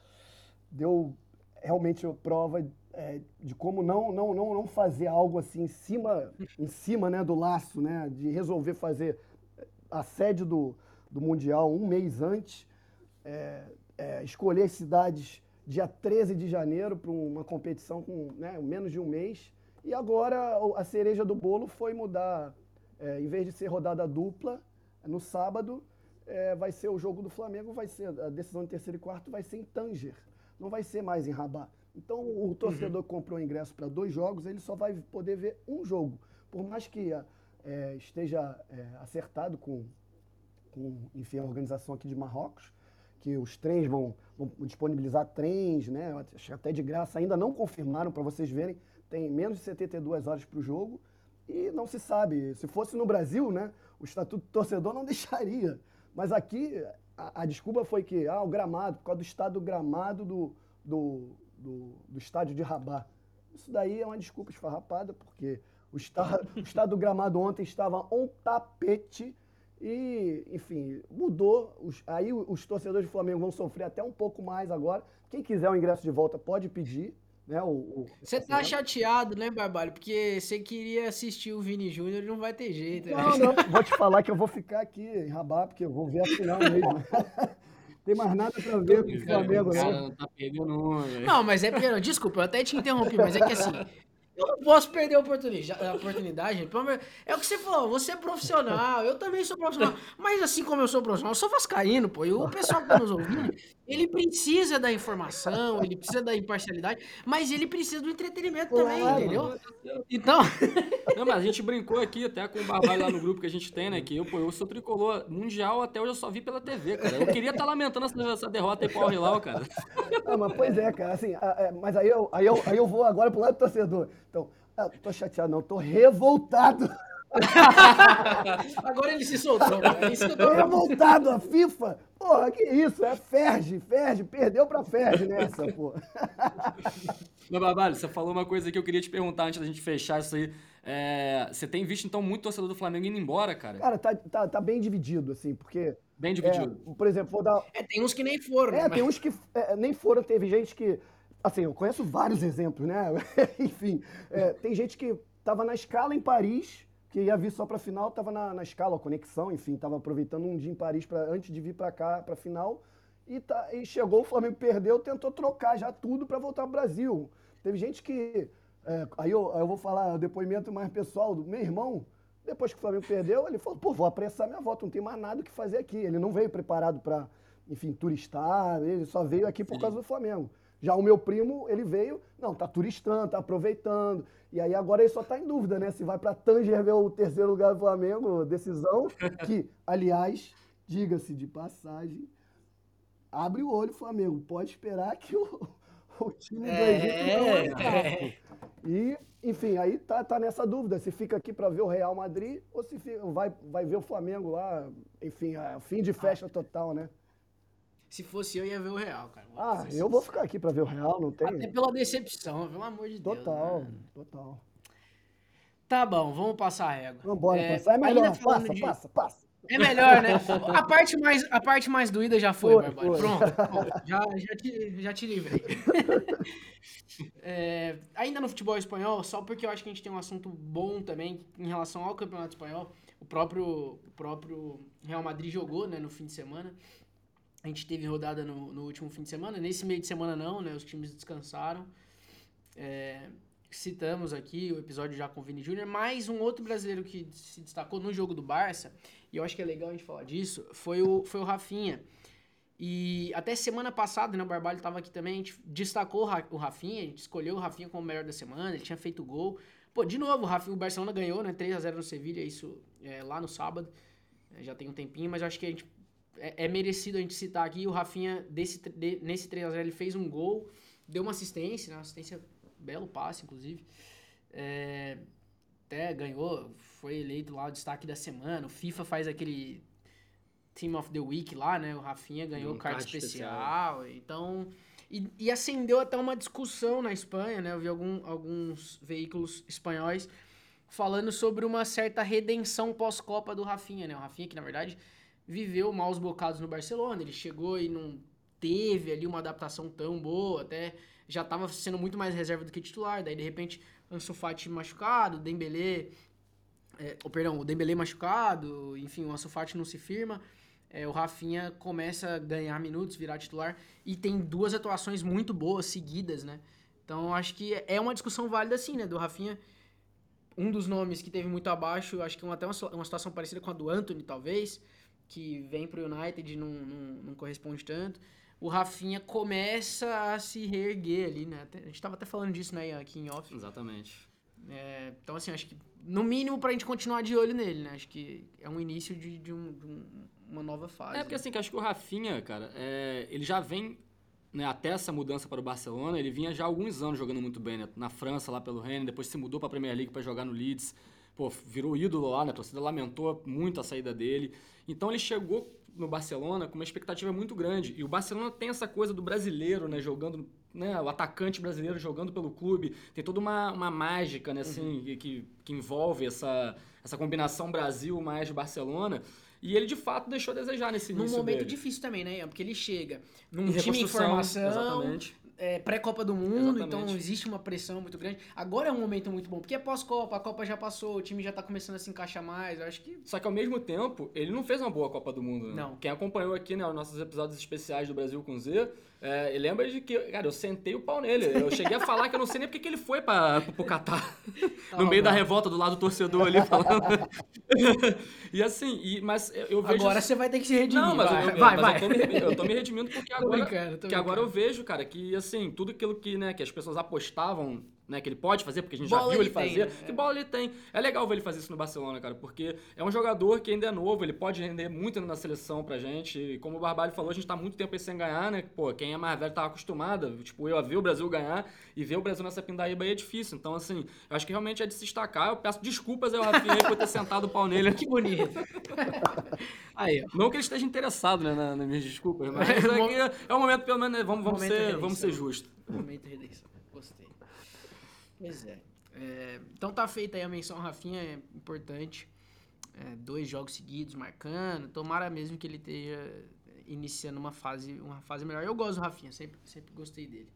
deu realmente prova de como não fazer algo assim em cima, né, do laço, né, de resolver fazer a sede do Mundial um mês antes, escolher as cidades dia 13 de janeiro para uma competição com, né, menos de um mês. E agora a cereja do bolo foi mudar, em vez de ser rodada dupla, no sábado, vai ser o jogo do Flamengo, vai ser a decisão de terceiro e quarto, vai ser em Tanger, não vai ser mais em Rabat. Então o torcedor que comprou ingresso para 2 jogos, ele só vai poder ver um jogo. Por mais que esteja acertado enfim, a organização aqui de Marrocos, que os trens vão disponibilizar trens, né? Acho que até de graça, ainda não confirmaram para vocês verem, tem menos de 72 horas para o jogo e não se sabe. Se fosse no Brasil, né, o Estatuto do Torcedor não deixaria. Mas aqui a desculpa foi que o gramado, por causa do estado do gramado do estádio de Rabat. Isso daí é uma desculpa esfarrapada, porque o estado do gramado ontem estava um tapete e, enfim, mudou. Aí os torcedores do Flamengo vão sofrer até um pouco mais agora. Quem quiser o ingresso de volta pode pedir, né? Você tá chateado, né, Barbalho? Porque você queria assistir o Vini Júnior e não vai ter jeito, né? Não, vou te falar que eu vou ficar aqui em Rabat, porque eu vou ver a final mesmo. Tem mais nada pra ver com o Flamengo, O cara não. não tá perdendo um, velho. Não, mas é porque. Não, desculpa, eu até te interrompi, mas é que assim. Eu não posso perder a oportunidade, gente. É o que você falou, você é profissional, eu também sou profissional. Mas assim como eu sou profissional, eu sou vascaíno, pô. E o pessoal que tá nos ouvindo, ele precisa da informação, ele precisa da imparcialidade, mas ele precisa do entretenimento também, Claro. entendeu? Então, Não, mas a gente brincou aqui até com o Barbalho lá no grupo que a gente tem, né? Que eu sou tricolor mundial, até hoje eu só vi pela TV, cara. Eu queria estar lamentando essa derrota aí pro Al Hilal, cara. Mas pois é, cara, assim, mas aí eu vou agora pro lado do torcedor. Então, tô chateado não, tô revoltado. agora ele se soltou, cara. É isso que eu Tô tô... revoltado, a FIFA. Porra, que isso, Ferge, perdeu pra Ferge nessa, pô. Mas, Barbalho, você falou uma coisa que eu queria te perguntar antes da gente fechar isso aí. Você tem visto, então, muito torcedor do Flamengo indo embora, cara? Cara, tá bem dividido, assim, porque, Bem dividido. por exemplo, vou dar. Tem uns que nem foram, né? Tem uns que nem foram, teve gente que. Assim, eu conheço vários exemplos, né? Enfim, tem gente que tava na escala em Paris, que ia vir só pra final, tava na escala, a conexão, enfim, tava aproveitando um dia em Paris antes de vir pra cá, pra final, e chegou, o Flamengo perdeu, tentou trocar já tudo pra voltar pro Brasil. Teve gente que. Aí eu vou falar o depoimento mais pessoal do meu irmão. Depois que o Flamengo perdeu, ele falou, pô, vou apressar minha volta, não tem mais nada o que fazer aqui. Ele não veio preparado para, enfim, turistar, ele só veio aqui por causa do Flamengo. Já o meu primo, ele veio, não, tá turistando, tá aproveitando. E aí agora ele só tá em dúvida, né? Se vai para Tanger ver o terceiro lugar do Flamengo, decisão, que, aliás, diga-se de passagem, abre o olho, Flamengo, pode esperar que o time do Egito não é fraco. E, enfim, aí tá nessa dúvida, se fica aqui para ver o Real Madrid ou se vai ver o Flamengo lá, enfim, fim de festa total, né? Se fosse eu, ia ver o Real, cara. Vou Ah, ser eu vou sincero. ficar aqui para ver o Real, não Até tem? pela decepção, pelo amor de Deus, Total, mano. total. Tá bom, vamos passar a régua. Vambora, passar é Ainda melhor, falando passa, de. passa, passa. É melhor, né? A parte mais doída já foi, Barbário. Foi. Pronto, pronto. Já te livrei. Ainda no futebol espanhol, só porque eu acho que a gente tem um assunto bom também em relação ao Campeonato Espanhol. O próprio Real Madrid jogou, né, no fim de semana. A gente teve rodada no último fim de semana. Nesse meio de semana não, né? Os times descansaram. Citamos aqui o episódio já com o Vini Júnior, mas um outro brasileiro que se destacou no jogo do Barça, e eu acho que é legal a gente falar disso, foi o Rafinha. E até semana passada, né, o Barbalho estava aqui também, a gente destacou o Rafinha, a gente escolheu o Rafinha como o melhor da semana, ele tinha feito gol. Pô, de novo, o Barcelona ganhou, né, 3-0 no Sevilha, isso lá no sábado, já tem um tempinho, mas eu acho que a gente, é merecido a gente citar aqui, o Rafinha, nesse 3-0 ele fez um gol, deu uma assistência, né, uma assistência, belo passe, inclusive, até ganhou, foi eleito lá o destaque da semana, o FIFA faz aquele Team of the Week lá, né? O Rafinha ganhou carta card especial. Então. E acendeu até uma discussão na Espanha, né? Eu vi alguns veículos espanhóis falando sobre uma certa redenção pós-Copa do Rafinha, né? O Rafinha, que na verdade viveu maus bocados no Barcelona, ele chegou e não teve ali uma adaptação tão boa, até já estava sendo muito mais reserva do que titular, daí de repente Ansu Fati machucado, o Dembélé machucado, enfim, o Ansu Fati não se firma. O Rafinha começa a ganhar minutos, virar titular, e tem duas atuações muito boas, seguidas, né? Então, acho que é uma discussão válida, sim, né? Do Rafinha, um dos nomes que teve muito abaixo, acho que até uma situação parecida com a do Antony, talvez, que vem pro United e não corresponde tanto. O Rafinha começa a se reerguer ali, né? A gente tava até falando disso, né, aqui em off. Exatamente. Então, assim, acho que, no mínimo, pra gente continuar de olho nele, né? Acho que é um início de uma nova fase. Porque assim, que acho que o Rafinha, cara, ele já vem, né, até essa mudança para o Barcelona, ele vinha já há alguns anos jogando muito bem, né? Na França, lá pelo Rennes, depois se mudou para a Premier League para jogar no Leeds. Pô, virou ídolo lá, né? A torcida lamentou muito a saída dele. Então ele chegou no Barcelona com uma expectativa muito grande. E o Barcelona tem essa coisa do brasileiro, né? Jogando, né? O atacante brasileiro jogando pelo clube. Tem toda uma mágica, né? Assim, que envolve essa combinação Brasil mais Barcelona. E ele, de fato, deixou a desejar nesse início Num momento dele. difícil também, né? Porque ele chega num Em time em reconstrução, formação, exatamente. Pré-Copa do Mundo, Exatamente. então existe uma pressão muito grande. Agora é um momento muito bom, porque é pós-Copa, a Copa já passou, o time já tá começando a se encaixar mais, eu acho que... Só que ao mesmo tempo, ele não fez uma boa Copa do Mundo, né? Não. Quem acompanhou aqui, né, os nossos episódios especiais do Brasil com Z, lembra de que, cara, eu sentei o pau nele. Eu cheguei a falar que eu não sei nem porque que ele foi pro Catar. No meio da revolta do lado do torcedor ali, falando. E assim, mas eu vejo... Agora você vai ter que se redimir. Não, mas vai. eu tô me redimindo porque agora eu vejo, cara, que assim, tudo aquilo que, né, que as pessoas apostavam, né, que ele pode fazer, porque a gente já viu ele fazer, que bola ele tem. É legal ver ele fazer isso no Barcelona, cara, porque é um jogador que ainda é novo, ele pode render muito na seleção pra gente, e como o Barbalho falou, a gente tá muito tempo aí sem ganhar, né, pô, quem é mais velho tá acostumado, tipo, eu a ver o Brasil ganhar, e ver o Brasil nessa pindaíba aí é difícil, então assim, eu acho que realmente é de se destacar, eu peço desculpas ao Rafinha aí por ter sentado o pau nele. Que bonito. Aí, ó. Não que ele esteja interessado, né, nas minhas desculpas, mas é um momento, pelo menos, né, vamos ser justos. Momento de redenção, gostei. Pois é. Então tá feita aí a menção ao Rafinha, é importante. 2 jogos seguidos marcando. Tomara mesmo que ele esteja iniciando uma fase melhor. Eu gosto do Rafinha, sempre gostei dele.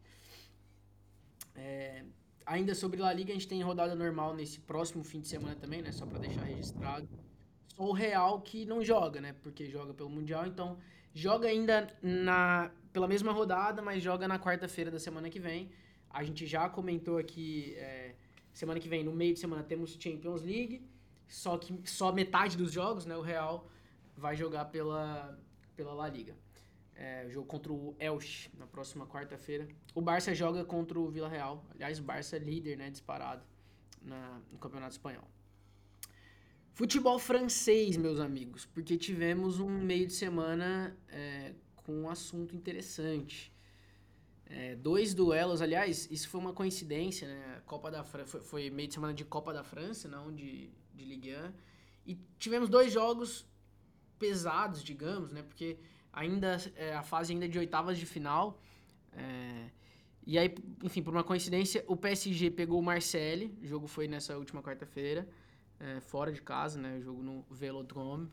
Ainda sobre La Liga, a gente tem rodada normal nesse próximo fim de semana também, né? Só pra deixar registrado. Só o Real que não joga, né? Porque joga pelo Mundial, então joga ainda pela mesma rodada, mas joga na quarta-feira da semana que vem. A gente já comentou aqui, semana que vem, no meio de semana, temos Champions League, só que só metade dos jogos, né? O Real vai jogar pela La Liga. O jogo contra o Elche, na próxima quarta-feira. O Barça joga contra o Villarreal. Aliás, o Barça é líder, né? Disparado no Campeonato Espanhol. Futebol francês, meus amigos, porque tivemos um meio de semana com um assunto interessante. 2 duelos, aliás, isso foi uma coincidência, né? Copa da França, foi meio de semana de Copa da França, não de Ligue 1. E tivemos 2 jogos pesados, digamos, né? Porque ainda a fase ainda de oitavas de final. E aí, enfim, por uma coincidência, o PSG pegou o Marseille. O jogo foi nessa última quarta-feira, fora de casa, né? O jogo no Velodrome.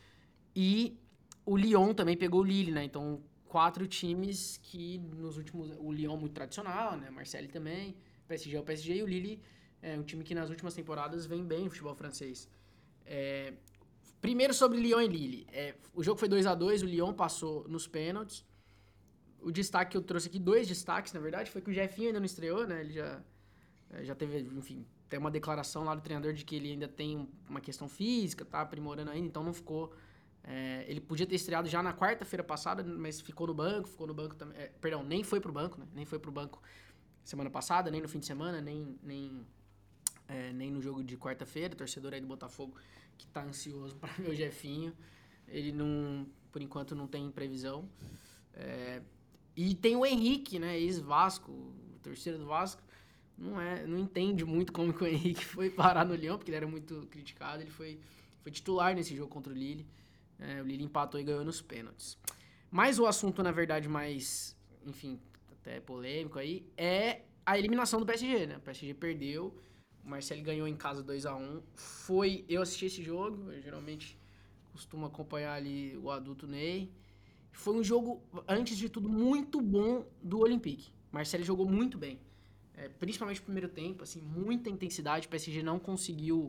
E o Lyon também pegou o Lille, né? Então, 4 times que nos últimos... O Lyon muito tradicional, né? Marseille também. O PSG é o PSG e o Lille é um time que nas últimas temporadas vem bem no futebol francês. Primeiro sobre Lyon e Lille. O jogo foi 2-2, o Lyon passou nos pênaltis. O destaque que eu trouxe aqui, 2 destaques, na verdade, foi que o Jefinho ainda não estreou, né? Ele já teve, enfim, tem uma declaração lá do treinador de que ele ainda tem uma questão física, tá aprimorando ainda, então não ficou... ele podia ter estreado já na quarta-feira passada, mas ficou no banco também. Perdão, nem foi pro banco, né? Nem foi pro banco semana passada, nem no fim de semana, nem no jogo de quarta-feira. Torcedor aí do Botafogo que tá ansioso para ver o Jefinho. Ele não, por enquanto, não tem previsão. E tem o Henrique, né? Ex-Vasco, o torcedor do Vasco. Não entende muito como que o Henrique foi parar no Lyon, porque ele era muito criticado. Ele foi titular nesse jogo contra o Lille. O Lille empatou e ganhou nos pênaltis. Mas o assunto, na verdade, mais, enfim, até polêmico aí, é a eliminação do PSG, né? O PSG perdeu, o Marseille ganhou em casa 2-1. Eu assisti esse jogo, eu geralmente costumo acompanhar ali o adulto Ney. Foi um jogo, antes de tudo, muito bom do Olympique. Marseille jogou muito bem, principalmente no primeiro tempo, assim, muita intensidade. O PSG não conseguiu,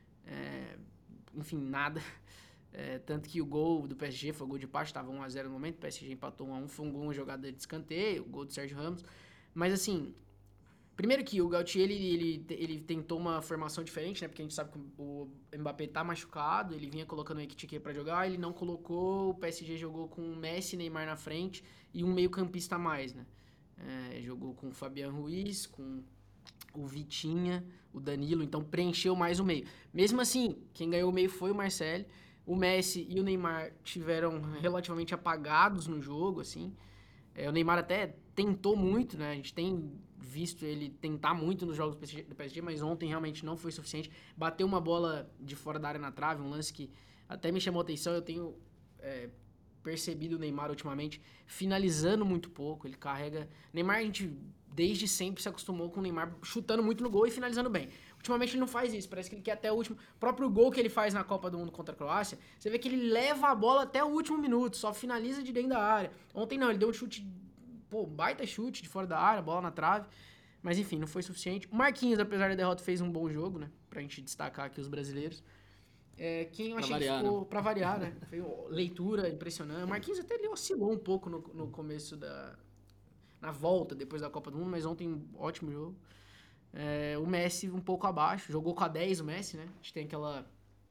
enfim, nada. Tanto que o gol do PSG foi o gol de empate, estava 1-0 no momento, o PSG empatou 1-1, foi um gol, uma jogada de escanteio, o gol do Sérgio Ramos. Mas assim, primeiro que o Galtier, ele tentou uma formação diferente, né? Porque a gente sabe que o Mbappé tá machucado, ele vinha colocando o Ekitike pra jogar, ele não colocou, o PSG jogou com o Messi e Neymar na frente e um meio campista a mais, né? Jogou com o Fabian Ruiz, com o Vitinha, o Danilo, então preencheu mais o meio. Mesmo assim, quem ganhou o meio foi o Marseille. O Messi e o Neymar tiveram relativamente apagados no jogo, assim. O Neymar até tentou muito, né? A gente tem visto ele tentar muito nos jogos do PSG, mas ontem realmente não foi suficiente. Bateu uma bola de fora da área na trave, um lance que até me chamou a atenção. Eu tenho percebido o Neymar ultimamente finalizando muito pouco. Ele carrega... Neymar, a gente desde sempre se acostumou com o Neymar chutando muito no gol e finalizando bem. Ultimamente ele não faz isso, parece que ele quer até o último... O próprio gol que ele faz na Copa do Mundo contra a Croácia, você vê que ele leva a bola até o último minuto, só finaliza de dentro da área. Ontem não, ele deu um chute, baita chute de fora da área, bola na trave, mas enfim, não foi suficiente. O Marquinhos, apesar da derrota, fez um bom jogo, né, pra gente destacar aqui os brasileiros. Quem eu achei que ficou, pra variar, né, foi leitura impressionante. O Marquinhos até ele oscilou um pouco no começo na volta, depois da Copa do Mundo, mas ontem, ótimo jogo. O Messi um pouco abaixo, jogou com a 10 o Messi, né? A gente tem aquela...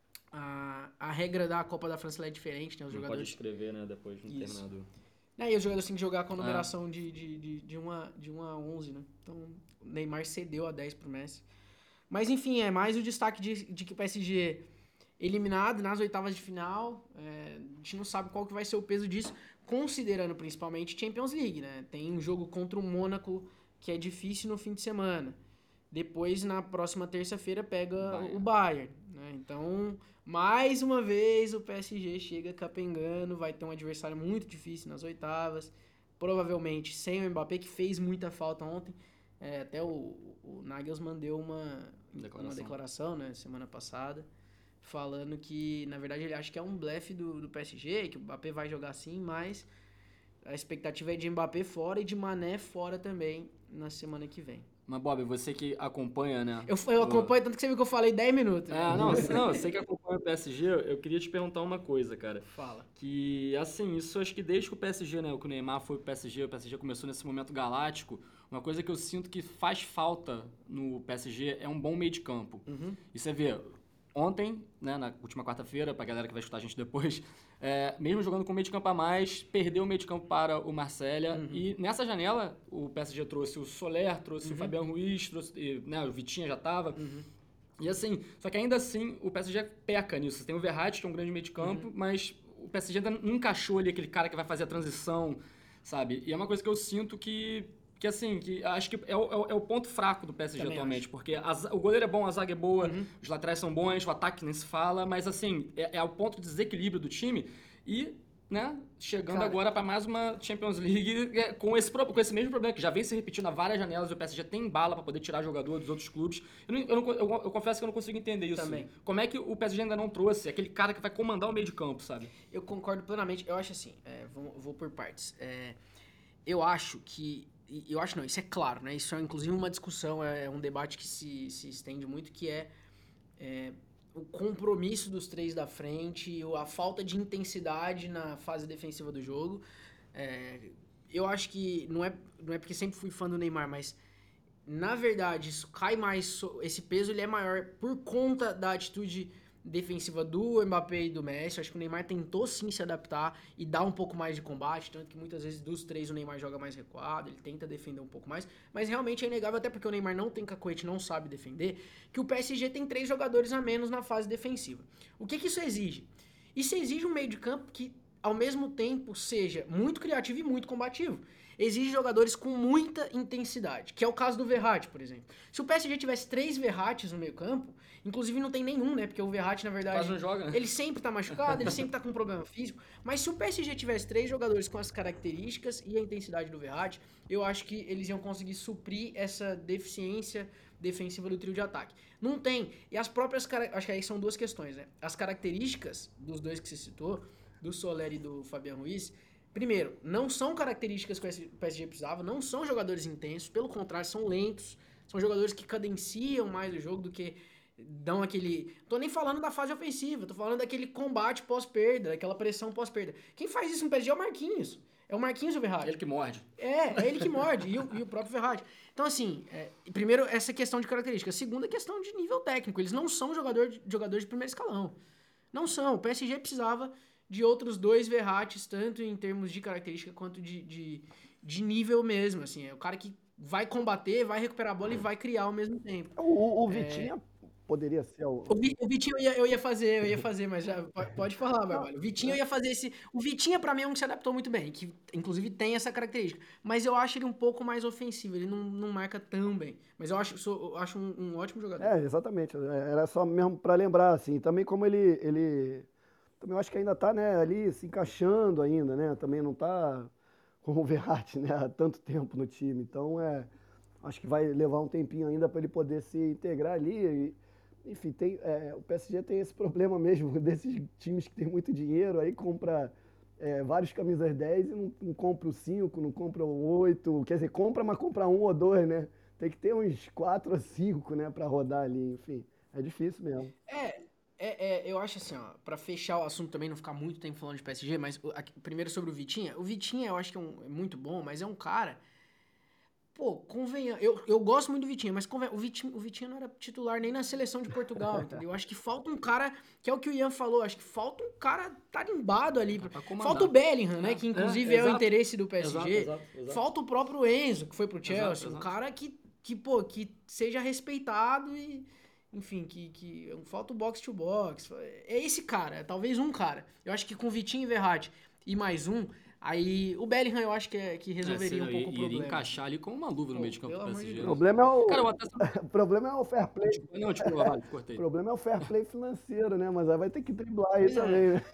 A regra da Copa da França é diferente, né? Os jogadores... Pode escrever, né? Depois de terminado. E os jogadores têm que jogar com a numeração de 1 a 11, né? Então, o Neymar cedeu a 10 pro Messi. Mas, enfim, é mais o destaque de que o PSG... eliminado nas oitavas de final, a gente não sabe qual que vai ser o peso disso, considerando principalmente Champions League, né? Tem um jogo contra o Mônaco que é difícil no fim de semana. Depois, na próxima terça-feira, pega o Bayern, né? Então, mais uma vez, o PSG chega capengando, vai ter um adversário muito difícil nas oitavas, provavelmente sem o Mbappé, que fez muita falta ontem. Até o Nagelsmann deu uma declaração, né, semana passada, falando que, na verdade, ele acha que é um blefe do PSG, que o Mbappé vai jogar sim, mas a expectativa é de Mbappé fora e de Mané fora também na semana que vem. Mas, Bob, você que acompanha, né? Eu acompanho, tanto que você viu que eu falei 10 minutos. Não, você que acompanha o PSG, eu queria te perguntar uma coisa, cara. Fala. Que, assim, isso acho que desde que o PSG, né, que o Neymar foi pro PSG, o PSG começou nesse momento galáctico, uma coisa que eu sinto que faz falta no PSG é um bom meio de campo. Uhum. E você vê... Ontem, né, na última quarta-feira, pra galera que vai escutar a gente depois, mesmo jogando com meio de campo a mais, perdeu o meio de campo para o Marselha. Uhum. E nessa janela, o PSG trouxe o Soler, trouxe o Fabian Ruiz, trouxe, né, o Vitinha já estava. Uhum. E assim, só que ainda assim, o PSG peca nisso. Você tem o Verratti, que é um grande meio de campo, mas o PSG ainda não encaixou ali aquele cara que vai fazer a transição, sabe? E é uma coisa que eu sinto que que assim, que acho que é o ponto fraco do PSG Também atualmente, acho. porque o goleiro é bom, a zaga é boa, os laterais são bons, o ataque nem se fala, mas assim, é o ponto de desequilíbrio do time e, né, chegando Cara, agora para mais uma Champions League com esse mesmo problema, que já vem se repetindo a várias janelas, o PSG tem bala para poder tirar jogador dos outros clubes. Eu confesso que eu não consigo entender isso. Também. Como é que o PSG ainda não trouxe aquele cara que vai comandar o meio de campo, sabe? eu concordo plenamente. Eu acho assim, vou por partes. Eu acho que. Eu acho não, isso é claro, né? Isso é inclusive uma discussão, é um debate que se estende muito, que o compromisso dos três da frente, a falta de intensidade na fase defensiva do jogo. Eu acho que não é porque sempre fui fã do Neymar, mas na verdade isso cai mais, esse peso ele é maior por conta da atitude defensiva do Mbappé e do Messi. Eu acho que o Neymar tentou sim se adaptar e dar um pouco mais de combate, tanto que muitas vezes dos três o Neymar joga mais recuado, ele tenta defender um pouco mais, mas realmente é inegável, até porque o Neymar não tem cacoete, não sabe defender, que o PSG tem 3 jogadores a menos na fase defensiva. O que isso exige? Isso exige um meio de campo que ao mesmo tempo seja muito criativo e muito combativo. Exige jogadores com muita intensidade, que é o caso do Verratti, por exemplo. Se o PSG tivesse 3 Verratis no meio campo, inclusive não tem nenhum, né? Porque o Verratti, na verdade, Quase não joga, né? ele sempre tá machucado, ele sempre tá com problema físico. Mas se o PSG tivesse 3 jogadores com as características e a intensidade do Verratti, eu acho que eles iam conseguir suprir essa deficiência defensiva do trio de ataque. Não tem. E as próprias... Acho que aí são 2 questões, né? As características dos 2 que você citou, do Soler e do Fabian Ruiz, primeiro, não são características que o PSG precisava, não são jogadores intensos, pelo contrário, são lentos, são jogadores que cadenciam mais o jogo do que dão aquele... Tô nem falando da fase ofensiva, tô falando daquele combate pós-perda, daquela pressão pós-perda. Quem faz isso no PSG é o Marquinhos. É o Marquinhos e o Verratti. Ele que morde. É ele que morde, e o próprio Verratti. Então, assim, primeiro, essa questão de característica. Segunda, questão de nível técnico. Eles não são jogadores de primeiro escalão. Não são. O PSG precisava de outros 2 Verrates, tanto em termos de característica quanto de nível mesmo, assim. É o cara que vai combater, vai recuperar a bola e vai criar ao mesmo tempo. O Vitinha poderia ser O Vitinho eu ia fazer, mas já pode falar, Barbalho. O Vitinho eu ia fazer esse... O Vitinha, pra mim, é um que se adaptou muito bem, que inclusive tem essa característica. Mas eu acho ele um pouco mais ofensivo, ele não marca tão bem. Mas eu acho um ótimo jogador. Exatamente. Era só mesmo para lembrar, assim. Também como ele também eu acho que ainda tá, né, ali se encaixando ainda, né? Também não tá como o Verratti, né, há tanto tempo no time. Então, acho que vai levar um tempinho ainda para ele poder se integrar ali. Enfim, o PSG tem esse problema mesmo desses times que tem muito dinheiro, aí compra vários camisas 10 e não compra o 5, não compra o 8. Quer dizer, compra, mas compra 1 ou 2, né? Tem que ter uns 4 ou 5, né, para rodar ali. Enfim, é difícil mesmo. Eu acho assim, ó, pra fechar o assunto também, não ficar muito tempo falando de PSG, mas primeiro sobre o Vitinha. O Vitinha eu acho que é muito bom, mas é um cara... Pô, convenha. Eu gosto muito do Vitinha, mas o Vitinha não era titular nem na seleção de Portugal, entendeu? Acho que falta um cara, que é o que o Ian falou, acho que falta um cara tarimbado ali. Falta o Bellingham, né? Que inclusive é o interesse do PSG. Exato. Falta o próprio Enzo, que foi pro Chelsea. Exato. Um cara que seja respeitado e... Enfim, que falta o box to box. É esse cara, talvez um cara. Eu acho que com Vitinho e Verratti e mais um... Aí o Bellingham eu acho que resolveria um pouco o problema. Iria encaixar ali como uma luva no meio de campo do PSG. O problema é o, Cara, o problema é o fair play. Não, vai, cortei. O problema é o fair play financeiro, né? Mas aí vai ter que driblar aí também, né?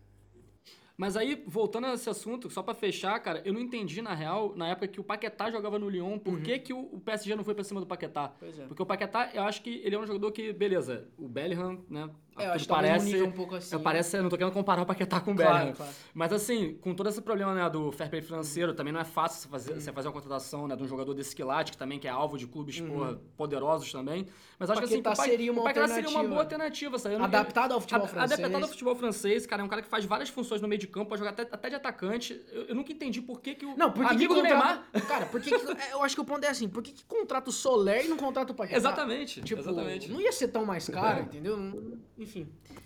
Mas aí, voltando a esse assunto, só pra fechar, cara, eu não entendi, na real, na época que o Paquetá jogava no Lyon, por que o PSG não foi pra cima do Paquetá? Pois é. Porque o Paquetá, eu acho que ele é um jogador que, beleza, o Bellingham, né, eu acho tudo que parece... um nível um pouco assim. Eu não tô querendo comparar o Paquetá com o Claro, Bellingham. claro. Mas assim, com todo esse problema, né, do fair play financeiro, também não é fácil você fazer uma contratação, né, de um jogador desse quilate, que também que é alvo de clubes, porra, poderosos também. Mas acho que assim, o Paquetá seria uma boa alternativa, sabe? Adaptado ao futebol francês. Adaptado ao futebol francês, cara, é um cara que faz várias funções no meio de campo, pode jogar até de atacante. Eu nunca entendi por que o amigo do Neymar... Cara, eu acho que o ponto é assim, por que contrata o Soler e não contrata o Paquetá? Exatamente, tipo, exatamente. Não ia ser tão mais caro, entendeu? Enfim.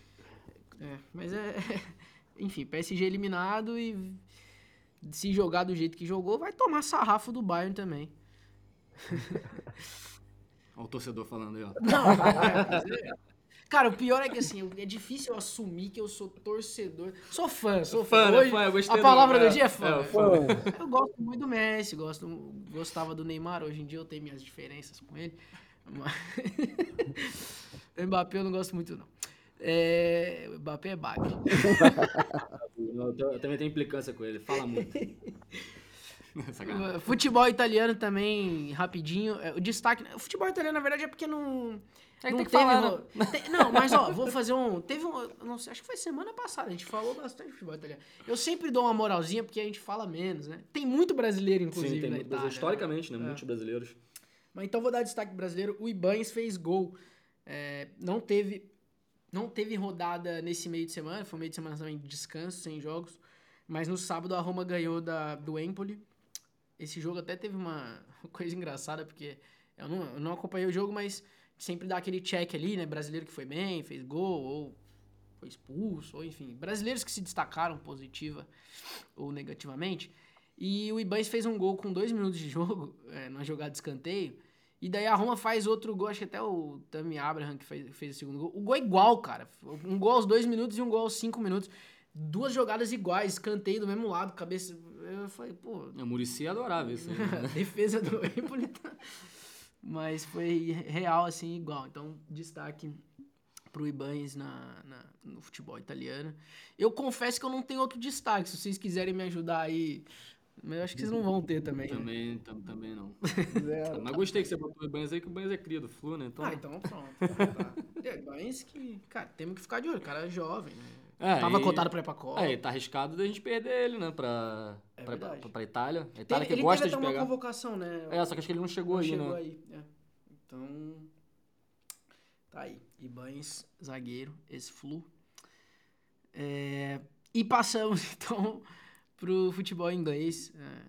Mas enfim, PSG eliminado e se jogar do jeito que jogou, vai tomar sarrafo do Bayern também. Olha o torcedor falando aí, ó. Não, Cara, o pior é que assim, é difícil eu assumir que eu sou torcedor. Sou fã. Fã, Hoje, eu gostei a palavra do é, dia é fã. é, fã. Eu gosto muito do Messi, gostava do Neymar. Hoje em dia eu tenho minhas diferenças com ele. Mas... o Mbappé eu não gosto muito, não. O Mbappé é bagre. Eu também tenho implicância com ele, fala muito. Sacanagem. Futebol italiano também, rapidinho. O destaque. O futebol italiano, na verdade, é porque não. É que Não tem que teve. falar, né? Não, mas ó, vou fazer um. Teve um. Não sei, acho que foi semana passada. A gente falou bastante de futebol italiano. Eu sempre dou uma moralzinha porque a gente fala menos, né? Tem muito brasileiro, inclusive, Sim, tem na muito Itália. brasileiro. Historicamente, né? Muitos brasileiros. Mas então vou dar destaque brasileiro. O Ibañez fez gol. Não teve rodada nesse meio de semana. Foi um meio de semana também de descanso, sem jogos. Mas no sábado a Roma ganhou do Empoli. Esse jogo até teve uma coisa engraçada, porque eu não acompanhei o jogo, mas sempre dá aquele check ali, né? Brasileiro que foi bem, fez gol, ou foi expulso, ou enfim. Brasileiros que se destacaram positiva ou negativamente. E o Ibañez fez um gol com 2 minutos de jogo, numa jogada de escanteio. E daí a Roma faz outro gol, acho que até o Tammy Abraham que fez o segundo gol. O gol é igual, cara. Um gol aos 2 minutos e um gol aos 5 minutos. 2 jogadas iguais, escanteio do mesmo lado, cabeça... Eu falei, pô... O Muricy adorava isso aí, né? defesa do Empoli mas foi real, assim, igual. Então, destaque pro Ibañez no futebol italiano. Eu confesso que eu não tenho outro destaque. Se vocês quiserem me ajudar aí... Mas eu acho que vocês não vão ter também, né? Também não. Zero. Mas gostei que você botou o Ibañez aí, que o Ibañez é cria do Flu, né? Então... Então pronto. Tá. Ibañez que... Cara, temos que ficar de olho. O cara é jovem, né? Tava e- cotado pra ir pra Copa. tá arriscado da gente perder ele, né? Pra Itália. A Itália que Ele gosta teve de até uma pegar. convocação, né? Só que acho que ele não chegou aí, chegou né? aí. Então, tá aí. Ibañez, zagueiro, esse Flu. E passamos, então, pro futebol inglês.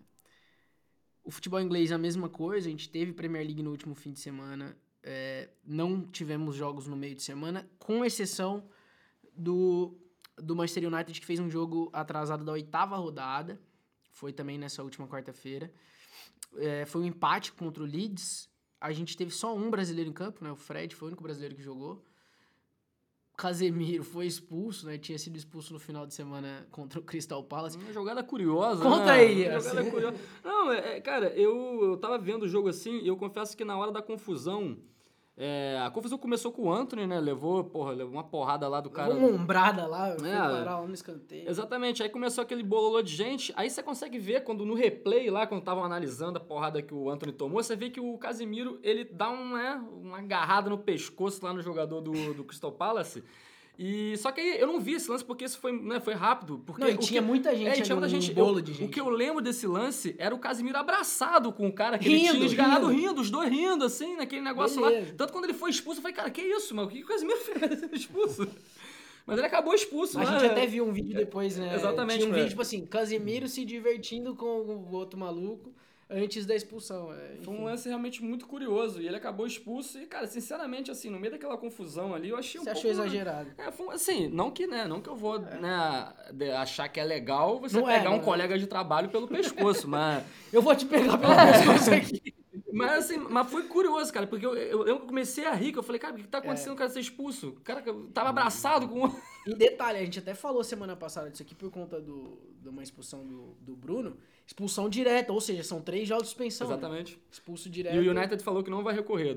O futebol inglês é a mesma coisa. A gente teve Premier League no último fim de semana. Não tivemos jogos no meio de semana, com exceção do Manchester United, que fez um jogo atrasado da 8ª rodada. Foi também nessa última quarta-feira. Foi um empate contra o Leeds. A gente teve só um brasileiro em campo, né? O Fred foi o único brasileiro que jogou. O Casemiro foi expulso, né? Tinha sido expulso no final de semana contra o Crystal Palace. Uma jogada curiosa, Conta né? aí, Uma jogada curiosa. Não, cara, eu tava vendo o jogo assim e eu confesso que na hora da confusão... a confusão começou com o Anthony, né? Levou uma porrada lá do cara. Levou uma ombrada lá, foi parar lá no escanteio. Exatamente, aí começou aquele bololô de gente, aí você consegue ver quando no replay lá, quando estavam analisando a porrada que o Anthony tomou, você vê que o Casemiro, ele dá uma agarrada no pescoço lá no jogador do Crystal Palace. Só que aí eu não vi esse lance porque isso foi rápido. Porque Não, e tinha muita gente tinha muita gente. bolo de gente. O que eu lembro desse lance era o Casemiro abraçado com o cara que Rindo, ele tinha esganado, rindo, os dois rindo, assim, naquele negócio Beleza. lá. Tanto quando ele foi expulso, eu falei, cara, que isso, mano? O que o Casemiro fez expulso? Mas ele acabou expulso, A né? gente até viu um vídeo depois, né? Exatamente, Tinha um né? vídeo, tipo assim, Casemiro se divertindo com o outro maluco antes da expulsão. Foi um lance realmente muito curioso. E ele acabou expulso. E, cara, sinceramente, assim, no meio daquela confusão ali, eu achei Você um pouco... achou exagerado? Assim, não que eu vou achar que é legal você Não pegar um não colega de trabalho pelo pescoço, mas... Eu vou te pegar pelo pescoço aqui. Mas assim, foi curioso, cara, porque eu comecei a rir, que eu falei, cara, o que tá acontecendo com o cara ser expulso? O cara tava abraçado com... E detalhe, a gente até falou semana passada disso aqui por conta de uma expulsão do Bruno. Expulsão direta, ou seja, são 3 jogos de suspensão. Exatamente. Né? Expulso direto. E o United falou que não vai recorrer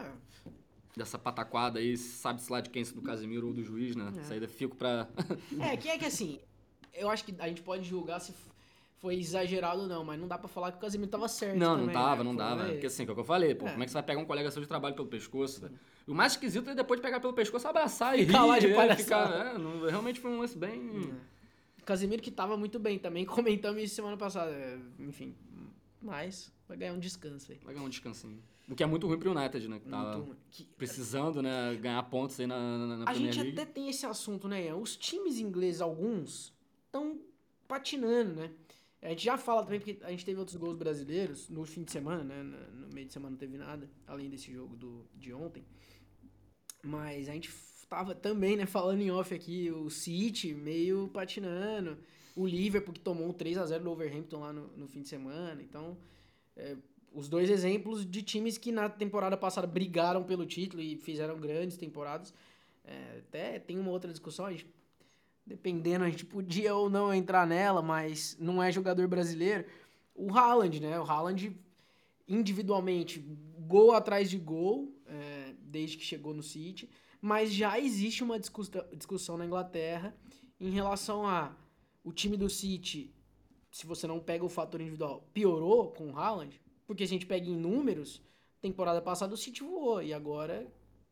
dessa pataquada aí, sabe-se lá de quem, se do Casemiro ou do juiz, né? Isso aí fico pra... que assim, eu acho que a gente pode julgar se foi exagerado ou não, mas não dá pra falar que o Casemiro tava certo também, não dava. Porque assim, que é o que eu falei, pô, como é que você vai pegar um colega seu de trabalho pelo pescoço? O mais esquisito é depois de pegar pelo pescoço, abraçar e rir. Lá de palhaçada. Realmente foi um lance bem... Casemiro que tava muito bem também, comentamos isso semana passada. Enfim, mas vai ganhar um descanso aí. Vai ganhar um descansinho. O que é muito ruim pro United, né? Que tava precisando, né, ganhar pontos aí na Premier League. A gente até tem esse assunto, né, Ian? Os times ingleses, alguns, estão patinando, né? A gente já fala também, porque a gente teve outros gols brasileiros no fim de semana, né? No meio de semana não teve nada, além desse jogo de ontem. Mas a gente tava também, né, falando em off aqui, o City meio patinando, o Liverpool que tomou um 3-0 do Wolverhampton lá no fim de semana. Então, os dois exemplos de times que na temporada passada brigaram pelo título e fizeram grandes temporadas. Até tem uma outra discussão, dependendo, a gente podia ou não entrar nela, mas não é jogador brasileiro. O Haaland, né? O Haaland, individualmente, gol atrás de gol, desde que chegou no City, mas já existe uma discussão na Inglaterra em relação a o time do City, se você não pega o fator individual, piorou com o Haaland, porque se a gente pega em números, temporada passada o City voou e agora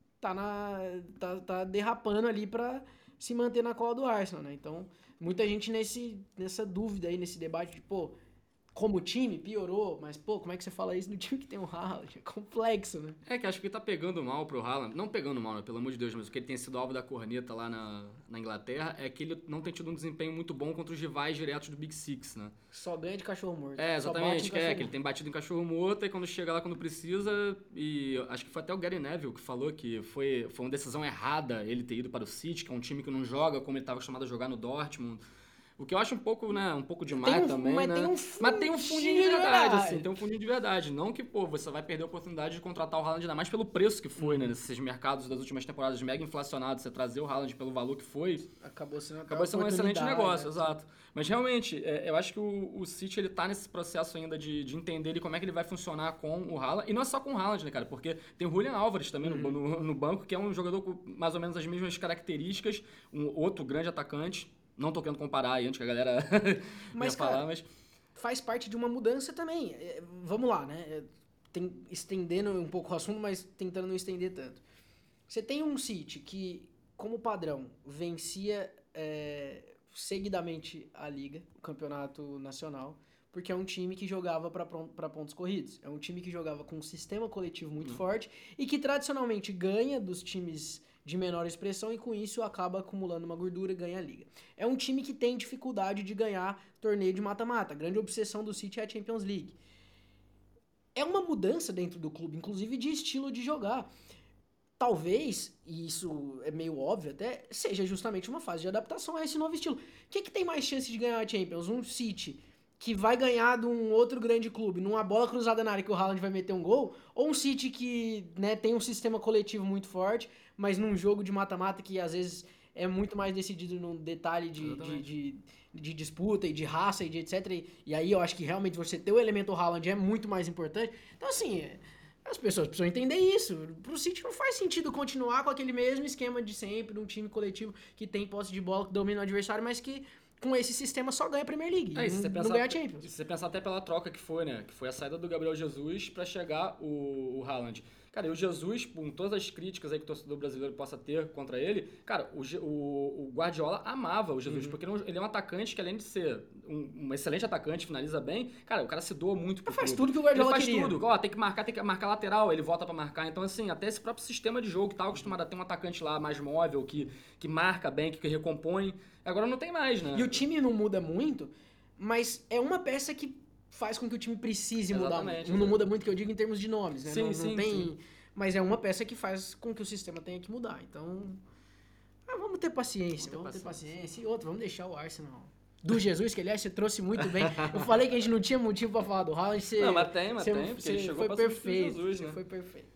tá derrapando ali pra se manter na cola do Arsenal, né? Então, muita gente nessa dúvida aí, nesse debate de, pô, como time, piorou, mas, pô, como é que você fala isso no time que tem o Haaland? É complexo, né? É que acho que ele tá pegando mal pro Haaland. Não pegando mal, né? Pelo amor de Deus, mas o que ele tem sido alvo da corneta lá na Inglaterra é que ele não tem tido um desempenho muito bom contra os rivais diretos do Big Six, né? Só ganha de cachorro morto. Exatamente. Que ele tem batido em cachorro morto e quando chega lá quando precisa, e acho que foi até o Gary Neville que falou que foi uma decisão errada ele ter ido para o City, que é um time que não joga como ele estava acostumado a jogar no Dortmund. O que eu acho um pouco, né, um pouco demais também, mas né? Mas tem um fundinho de verdade, assim, tem um fundinho de verdade. Não que, pô, você vai perder a oportunidade de contratar o Haaland ainda mais pelo preço que foi, né? Nesses mercados das últimas temporadas mega inflacionados, você trazer o Haaland pelo valor que foi, acabou sendo um excelente negócio, exato. Mas realmente, eu acho que o City, ele tá nesse processo ainda de entender ele como é que ele vai funcionar com o Haaland. E não é só com o Haaland, né, cara? Porque tem o Julian Álvares também no banco, que é um jogador com mais ou menos as mesmas características, um outro grande atacante. Não tô querendo comparar aí antes que a galera mas, ia falar, mas... faz parte de uma mudança também. Vamos lá, né? Estendendo um pouco o assunto, mas tentando não estender tanto. Você tem um City que, como padrão, vencia seguidamente a Liga, o campeonato nacional, porque é um time que jogava para pontos corridos. É um time que jogava com um sistema coletivo muito forte e que tradicionalmente ganha dos times de menor expressão e com isso acaba acumulando uma gordura e ganha a Liga. É um time que tem dificuldade de ganhar torneio de mata-mata. A grande obsessão do City é a Champions League. É uma mudança dentro do clube, inclusive de estilo de jogar. Talvez, e isso é meio óbvio até, seja justamente uma fase de adaptação a esse novo estilo. O que tem mais chance de ganhar a Champions? Um City que vai ganhar de um outro grande clube numa bola cruzada na área que o Haaland vai meter um gol, ou um City que, né, tem um sistema coletivo muito forte, mas num jogo de mata-mata que às vezes é muito mais decidido num detalhe de disputa e de raça e de etc. E aí eu acho que realmente você ter o elemento Haaland é muito mais importante. Então assim, as pessoas precisam entender isso. Pro City não faz sentido continuar com aquele mesmo esquema de sempre, um time coletivo que tem posse de bola, que domina o adversário, mas que com esse sistema só ganha a Premier League, não ganha a Champions. Se você pensar até pela troca que foi, né? Que foi a saída do Gabriel Jesus pra chegar o Haaland. Cara, e o Jesus, com todas as críticas aí que o torcedor brasileiro possa ter contra ele, cara, o Guardiola amava o Jesus, porque ele é um atacante que, além de ser um excelente atacante, finaliza bem, cara, o cara se doa muito pro faz clube. tudo que o Guardiola ele faz queria. tudo. Ó, tem que marcar lateral, ele volta pra marcar. Então, assim, até esse próprio sistema de jogo que tá acostumado a ter um atacante lá mais móvel, que marca bem, que recompõe, agora não tem mais, né? E o time não muda muito, mas é uma peça que faz com que o time precise mudar muito. Não muda muito, que eu digo em termos de nomes, né? Sim. Mas é uma peça que faz com que o sistema tenha que mudar. Então, vamos ter paciência. E outra, vamos deixar o Arsenal do Jesus, que aliás você trouxe muito bem. Eu falei que a gente não tinha motivo pra falar do Haaland. Mas tem, porque ele chegou pra perfeito, Jesus, né? Foi perfeito.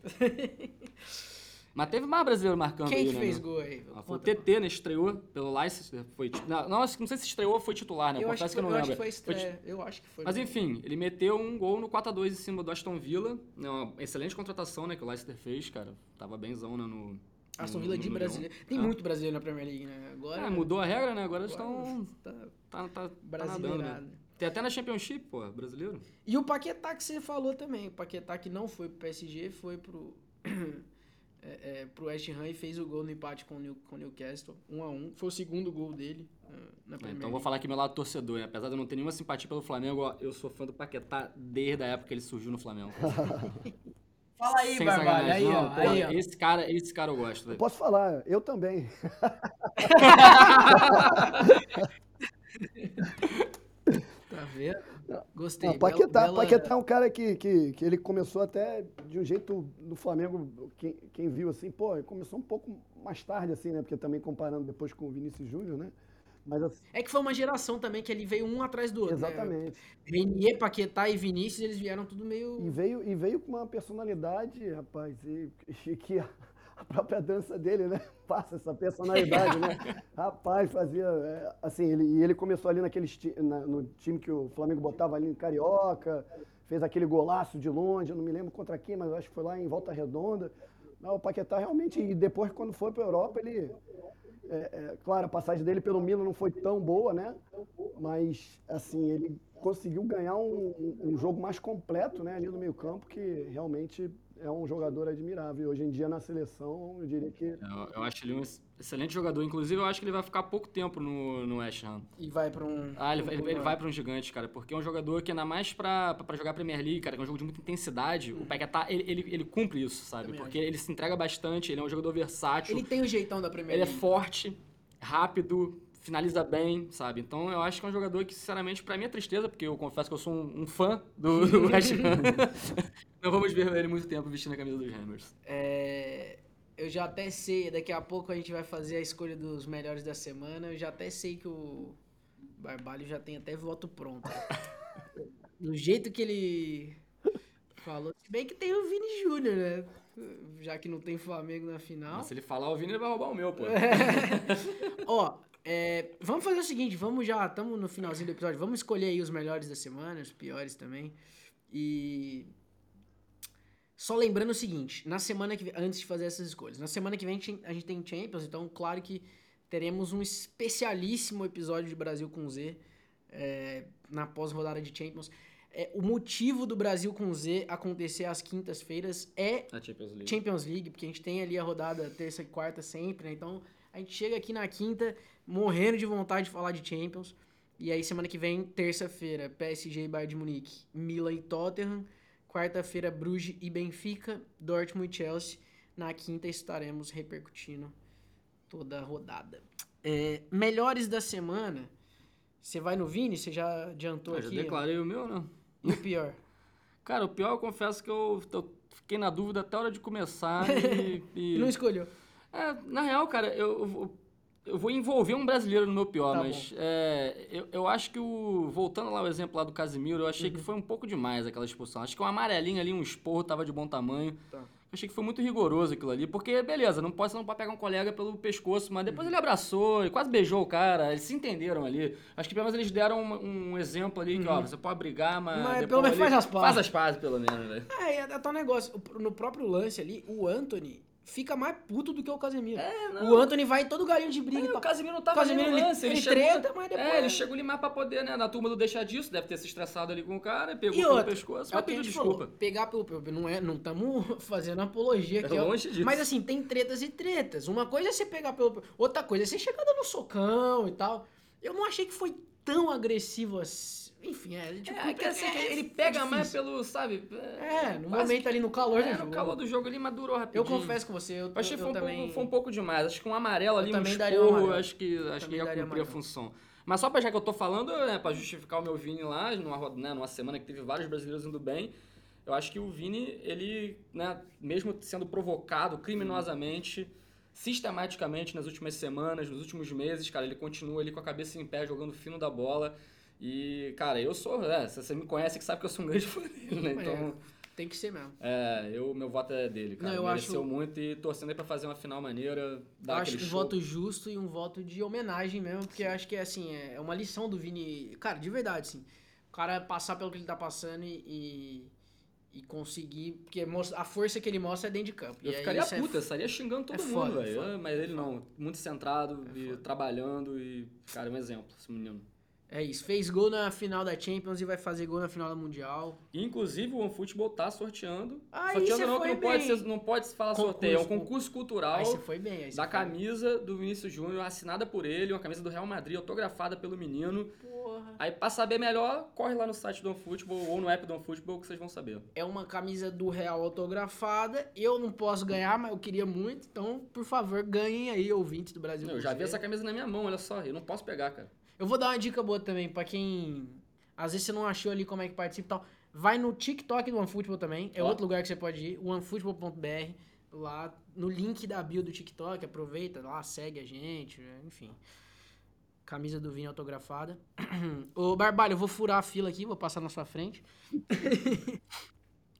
Mas teve mais brasileiro marcando. Quem aí, que né, fez gol aí? Foi o TT, né? Estreou pelo Leicester. Não sei se estreou ou foi titular, né? Confesso que eu não lembro. Eu acho que foi. Mas enfim, ele meteu um gol no 4x2 em cima do Aston Villa. Uma excelente contratação, né? Que o Leicester fez, cara. Tava benzão, né? Aston Villa de brasileiro. Tem muito brasileiro na Premier League, né? Agora mudou a regra, né? Agora eles estão... Tá brasileirado. nadando, né? Tem até na Championship, pô, brasileiro. E o Paquetá que você falou também. O Paquetá que não foi pro PSG, foi pro West Ham e fez o gol no empate com o Newcastle, 1-1. Foi o segundo gol dele na Premier League. Então vou falar aqui meu lado torcedor, né? Apesar de eu não ter nenhuma simpatia pelo Flamengo, eu sou fã do Paquetá desde a época que ele surgiu no Flamengo. Fala aí, Barbalho. Aí, ó. Esse cara eu gosto. Velho. Posso falar, eu também. Tá vendo? Gostei. Paquetá é um cara que ele começou até de um jeito no Flamengo, quem viu assim, pô, ele começou um pouco mais tarde, assim, né? Porque também comparando depois com o Vinícius Júnior, né? Mas, assim, é que foi uma geração também que ele veio um atrás do outro. Exatamente. Né? Renier, Paquetá e Vinícius, eles vieram tudo meio... E veio com uma personalidade, rapaz, e que a própria dança dele, né? Passa essa personalidade, né? Rapaz, fazia. Assim, ele começou ali no time que o Flamengo botava ali em Carioca, fez aquele golaço de longe, eu não me lembro contra quem, mas acho que foi lá em Volta Redonda. Não, o Paquetá realmente, e depois quando foi para a Europa, ele. Claro, a passagem dele pelo Milan não foi tão boa, né? Mas, assim, ele conseguiu ganhar um jogo mais completo, né, ali no meio-campo, que realmente é um jogador admirável. E hoje em dia, na seleção, eu diria que. Eu acho ele um excelente jogador. Inclusive, eu acho que ele vai ficar pouco tempo no West Ham. E vai pra um... Ah, ele vai para um gigante, cara, porque é um jogador que ainda mais pra jogar Premier League, cara, que é um jogo de muita intensidade. O Paquetá, ele cumpre isso, sabe? Também Porque ele se entrega bastante, ele é um jogador versátil, Ele tem o jeitão da Premier ele é League. forte, rápido, finaliza bem, sabe? Então eu acho que é um jogador que, sinceramente, pra mim é tristeza, porque eu confesso que eu sou um fã do West Ham. Não vamos ver ele muito tempo vestindo a camisa dos Hammers. Eu já até sei, daqui a pouco a gente vai fazer a escolha dos melhores da semana. Eu já até sei que o Barbalho já tem até voto pronto. Do jeito que ele falou. Se bem que tem o Vini Júnior, né? Já que não tem Flamengo na final. Mas se ele falar o Vini, ele vai roubar o meu, pô. Ó, vamos fazer o seguinte, estamos no finalzinho do episódio, vamos escolher aí os melhores da semana, os piores também. E só lembrando o seguinte, na semana que vem, antes de fazer essas escolhas, na semana que vem a gente tem Champions, então claro que teremos um especialíssimo episódio de Brasil com Z na pós-rodada de Champions. O motivo do Brasil com Z acontecer às quintas-feiras é A Champions League. Champions League, porque a gente tem ali a rodada terça e quarta sempre, né? Então a gente chega aqui na quinta morrendo de vontade de falar de Champions. E aí semana que vem, terça-feira, PSG e Bayern de Munique, Milan e Tottenham. Quarta-feira, Bruges e Benfica, Dortmund e Chelsea. Na quinta estaremos repercutindo toda a rodada. Melhores da semana. Você vai no Vini? Você já adiantou Eu aqui? já declarei o meu, né? E o pior? Cara, o pior eu confesso que eu fiquei na dúvida até a hora de começar E não escolheu? Na real, cara, eu vou envolver um brasileiro no meu pior, Tá mas eu acho que voltando lá ao exemplo lá do Casimiro, eu achei que foi um pouco demais aquela expulsão. Acho que um amarelinho ali, um esporro, tava de bom tamanho. Tá. Eu achei que foi muito rigoroso aquilo ali, porque, beleza, você não pode pegar um colega pelo pescoço, mas depois ele abraçou, ele quase beijou o cara, eles se entenderam ali. Acho que pelo menos eles deram um exemplo ali, que, ó, você pode brigar, mas Mas depois pelo menos ali, faz as pazes. Faz as pazes, pelo menos, velho. É tal negócio. No próprio lance ali, o Anthony fica mais puto do que o Casemiro. Não. O Anthony vai em todo galinho de briga. O Casimiro não tava Casemiro, ali no lance. ele chegou, treta, mas depois... ele chegou ali mais pra poder, né, na turma do deixar disso, deve ter se estressado ali com o cara, pegou E pelo outra, pescoço, é mas o que a pediu gente desculpa. falou, pegar pelo... Não estamos fazendo apologia aqui, ó. Longe disso. Mas assim, tem tretas e tretas. Uma coisa é você pegar pelo... Outra coisa é você chegar dando socão e tal. Eu não achei que foi tão agressivo assim. Enfim, ele pega mais pelo, sabe... no momento ali, no calor do jogo. No calor do jogo ele madurou rapidinho. Eu confesso com você, eu achei que também... foi um pouco demais. Acho que um amarelo ali, um também daria um esporro, amarelo. acho que ia cumprir amarelo. a função. Mas só já que eu tô falando, né, pra justificar o meu Vini lá, numa semana que teve vários brasileiros indo bem, eu acho que o Vini, ele, né, mesmo sendo provocado criminosamente, sistematicamente nas últimas semanas, nos últimos meses, cara, ele continua ali com a cabeça em pé, jogando fino da bola. E, cara, eu sou, se você me conhece, que sabe que eu sou um grande fã dele, né? Então, tem que ser mesmo. meu voto é dele, cara. Não, Mereceu muito e torcendo aí pra fazer uma final maneira, dar eu aquele acho um show. voto justo e um voto de homenagem mesmo, porque eu acho que assim, é uma lição do Vini, cara, de verdade, assim, o cara passar pelo que ele tá passando e conseguir, porque a força que ele mostra é dentro de campo. Eu ficaria puta, eu estaria xingando todo mundo, velho. Mas ele não, muito centrado e trabalhando e, cara, é um exemplo, esse menino. É isso, fez gol na final da Champions e vai fazer gol na final da Mundial. E, inclusive, o OneFootball tá sorteando. Aí Sorteando não, foi que não pode se falar sorteio. É um concurso cultural Aí você foi bem. da camisa do Vinícius Júnior, assinada por ele, uma camisa do Real Madrid, autografada pelo menino. Porra. Aí, pra saber melhor, corre lá no site do OneFootball ou no app do OneFootball que vocês vão saber. É uma camisa do Real autografada. Eu não posso ganhar, mas eu queria muito. Então, por favor, ganhem aí, ouvintes do Brasil. Eu já vi essa camisa na minha mão, olha só. Eu não posso pegar, cara. Eu vou dar uma dica boa também pra quem... Às vezes você não achou ali como é que participa e tal. Vai no TikTok do OneFootball também. É outro lugar que você pode ir. onefootball.br. Lá no link da bio do TikTok. Aproveita lá, segue a gente. Enfim. Camisa do Vini autografada. Ô, Barbalho, eu vou furar a fila aqui. Vou passar na sua frente.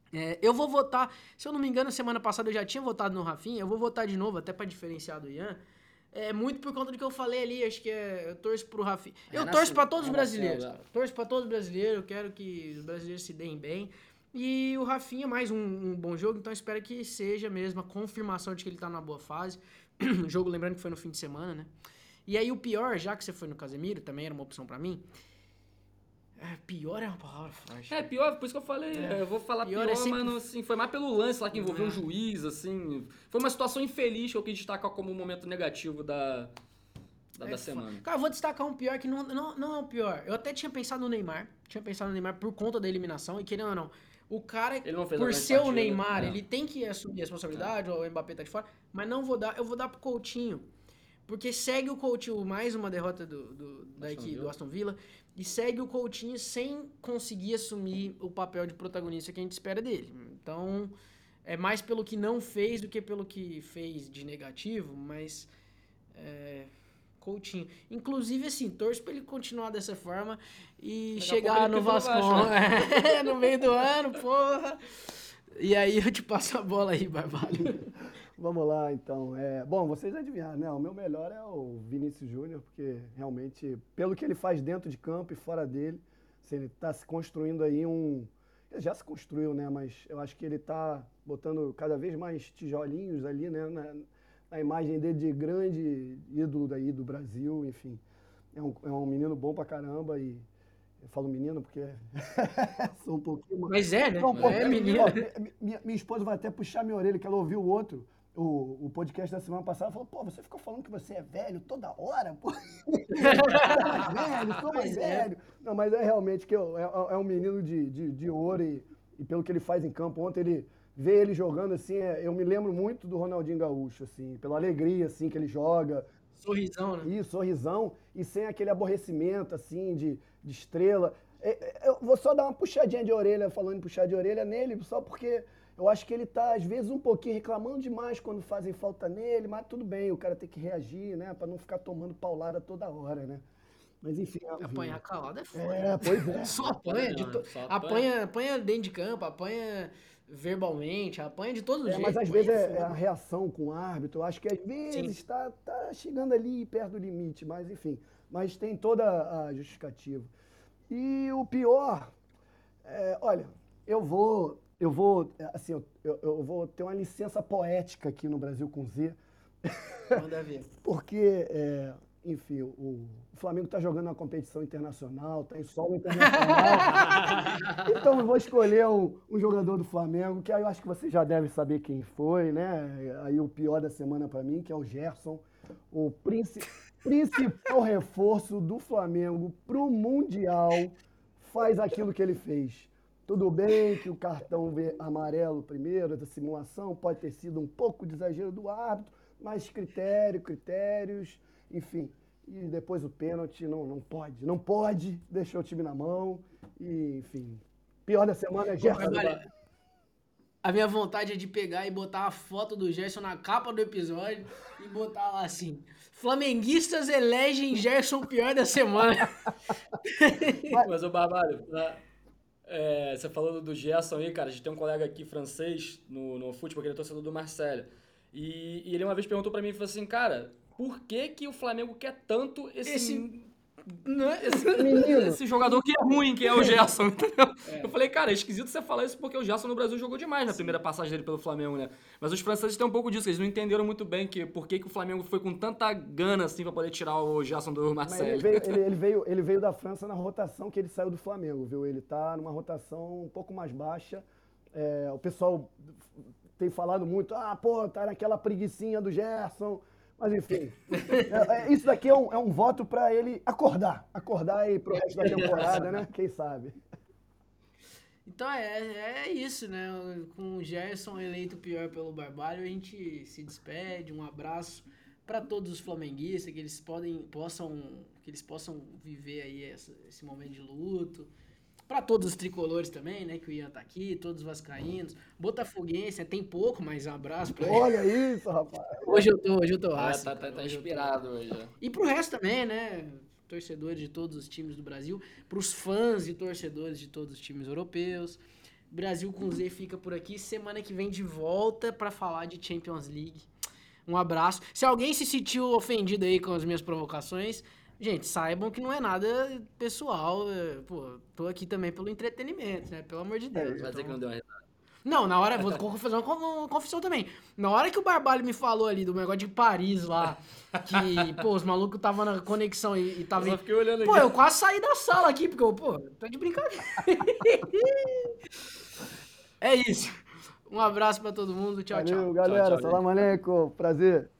Eu vou votar, se eu não me engano, semana passada eu já tinha votado no Rafinha, eu vou votar de novo, até pra diferenciar do Ian. Muito por conta do que eu falei ali, acho que eu torço pro Rafinha. Eu torço pra todos os brasileiros, cara. Torço pra todos os brasileiros, eu quero que os brasileiros se deem bem. E o Rafinha, mais um bom jogo, então espero que seja mesmo a confirmação de que ele tá numa boa fase. O jogo, lembrando que foi no fim de semana, né? E aí o pior, já que você foi no Casemiro, também era uma opção pra mim. Pior é uma palavra forte. Pior, por isso que eu falei, eu vou falar pior sempre... mas não, assim, foi mais pelo lance lá que envolveu um juiz, assim. Foi uma situação infeliz que eu quis destacar como um momento negativo da semana. Cara, eu vou destacar um pior que não é o pior. Eu até tinha pensado no Neymar. Tinha pensado no Neymar por conta da eliminação. E querendo ou não, o cara, por ser o Neymar, ele tem que assumir a responsabilidade, o Mbappé tá de fora. Mas não vou dar, eu vou dar pro Coutinho. Porque segue o Coutinho, mais uma derrota da equipe do Aston Villa, e segue o Coutinho sem conseguir assumir o papel de protagonista que a gente espera dele. Então, é mais pelo que não fez do que pelo que fez de negativo, mas Coutinho. Inclusive, assim, torço pra ele continuar dessa forma e chegar no Vascão. No meio do ano, porra. E aí eu te passo a bola aí, Barbalho. Vamos lá, então. Bom, vocês adivinharam, né? O meu melhor é o Vinícius Júnior, porque realmente, pelo que ele faz dentro de campo e fora dele, assim, ele está se construindo aí Ele já se construiu, né? Mas eu acho que ele está botando cada vez mais tijolinhos ali, né? Na imagem dele de grande ídolo daí do Brasil, enfim. É um menino bom pra caramba e... Eu falo menino porque sou um pouquinho... Mas né? É menino. Minha esposa vai até puxar minha orelha, que ela ouviu o outro, o podcast da semana passada, falou, pô, você ficou falando que você é velho toda hora, pô. Sou mais velho. Não, mas é realmente que é um menino de ouro e pelo que ele faz em campo. Ontem ver ele jogando assim, eu me lembro muito do Ronaldinho Gaúcho, assim, pela alegria assim que ele joga. Sorrisão, né? Isso, sorrisão, e sem aquele aborrecimento, assim, de estrela. Eu vou só dar uma puxadinha de orelha, falando em puxar de orelha nele, só porque eu acho que ele tá, às vezes, um pouquinho reclamando demais quando fazem falta nele, mas tudo bem, o cara tem que reagir, né, pra não ficar tomando paulada toda hora, né. Mas enfim... Apanhar calado é foda. Pois é. Só apanha. Apanha dentro de campo, apanha verbalmente, apanha de todo jeito. Mas às vezes é a reação com o árbitro. Eu acho que às vezes está chegando ali perto do limite, mas enfim. Mas tem toda a justificativa. E o pior, olha, eu vou ter uma licença poética aqui no Brasil com Z. Manda ver. Porque, enfim, o Flamengo está jogando uma competição internacional, está em solo internacional. Então eu vou escolher um jogador do Flamengo, que aí eu acho que você já deve saber quem foi, né? Aí o pior da semana para mim, que é o Gerson, o principal reforço do Flamengo pro Mundial, faz aquilo que ele fez. Tudo bem que o cartão amarelo primeiro, da simulação, pode ter sido um pouco de exagero do árbitro, mas critérios, enfim. E depois o pênalti, não pode deixar o time na mão. E, enfim, pior da semana é Gerson. A minha vontade é de pegar e botar a foto do Gerson na capa do episódio e botar lá assim: flamenguistas elegem Gerson pior da semana. Mas, ô Barbalho, você falando do Gerson aí, cara, a gente tem um colega aqui francês no futebol, que ele é torcedor do Marseille. E ele uma vez perguntou pra mim e falou assim, cara, por que o Flamengo quer tanto esse jogador que é ruim, que é o Gerson, entendeu? Eu falei, cara, é esquisito você falar isso porque o Gerson no Brasil jogou demais na primeira passagem dele pelo Flamengo, né? Mas os franceses têm um pouco disso, eles não entenderam muito bem por que o Flamengo foi com tanta gana assim pra poder tirar o Gerson do Marseille. Ele veio da França na rotação que ele saiu do Flamengo, viu? Ele tá numa rotação um pouco mais baixa. O pessoal tem falado muito, tá naquela preguicinha do Gerson. Mas enfim, isso daqui é um voto para ele acordar aí pro resto da temporada, né? Quem sabe? Então é isso, né? Com o Gerson eleito pior pelo Barbalho, a gente se despede. Um abraço para todos os flamenguistas, que eles possam viver aí esse momento de luto. Para todos os tricolores também, né? Que o Ian tá aqui, todos os vascaínos. Botafoguense, tem pouco, mas um abraço pra ele. Olha isso, rapaz. Hoje eu tô ácido. Tá inspirado hoje. E pro resto também, né? Torcedores de todos os times do Brasil. Pros fãs e torcedores de todos os times europeus. Brasil com Z fica por aqui. Semana que vem de volta pra falar de Champions League. Um abraço. Se alguém se sentiu ofendido aí com as minhas provocações, gente, saibam que não é nada pessoal. Pô, tô aqui também pelo entretenimento, né? Pelo amor de Deus. Vai dizer que não deu uma risada. Não, na hora, vou fazer uma confissão também. Na hora que o Barbalho me falou ali do negócio de Paris lá, que, pô, os malucos estavam na conexão e tava. Eu só fiquei olhando Pô, aqui. eu quase saí da sala aqui, porque eu, pô, tá de brincadeira. É isso. Um abraço pra todo mundo. Tchau, Valeu, tchau. galera. tchau, Salam aleikum. Prazer.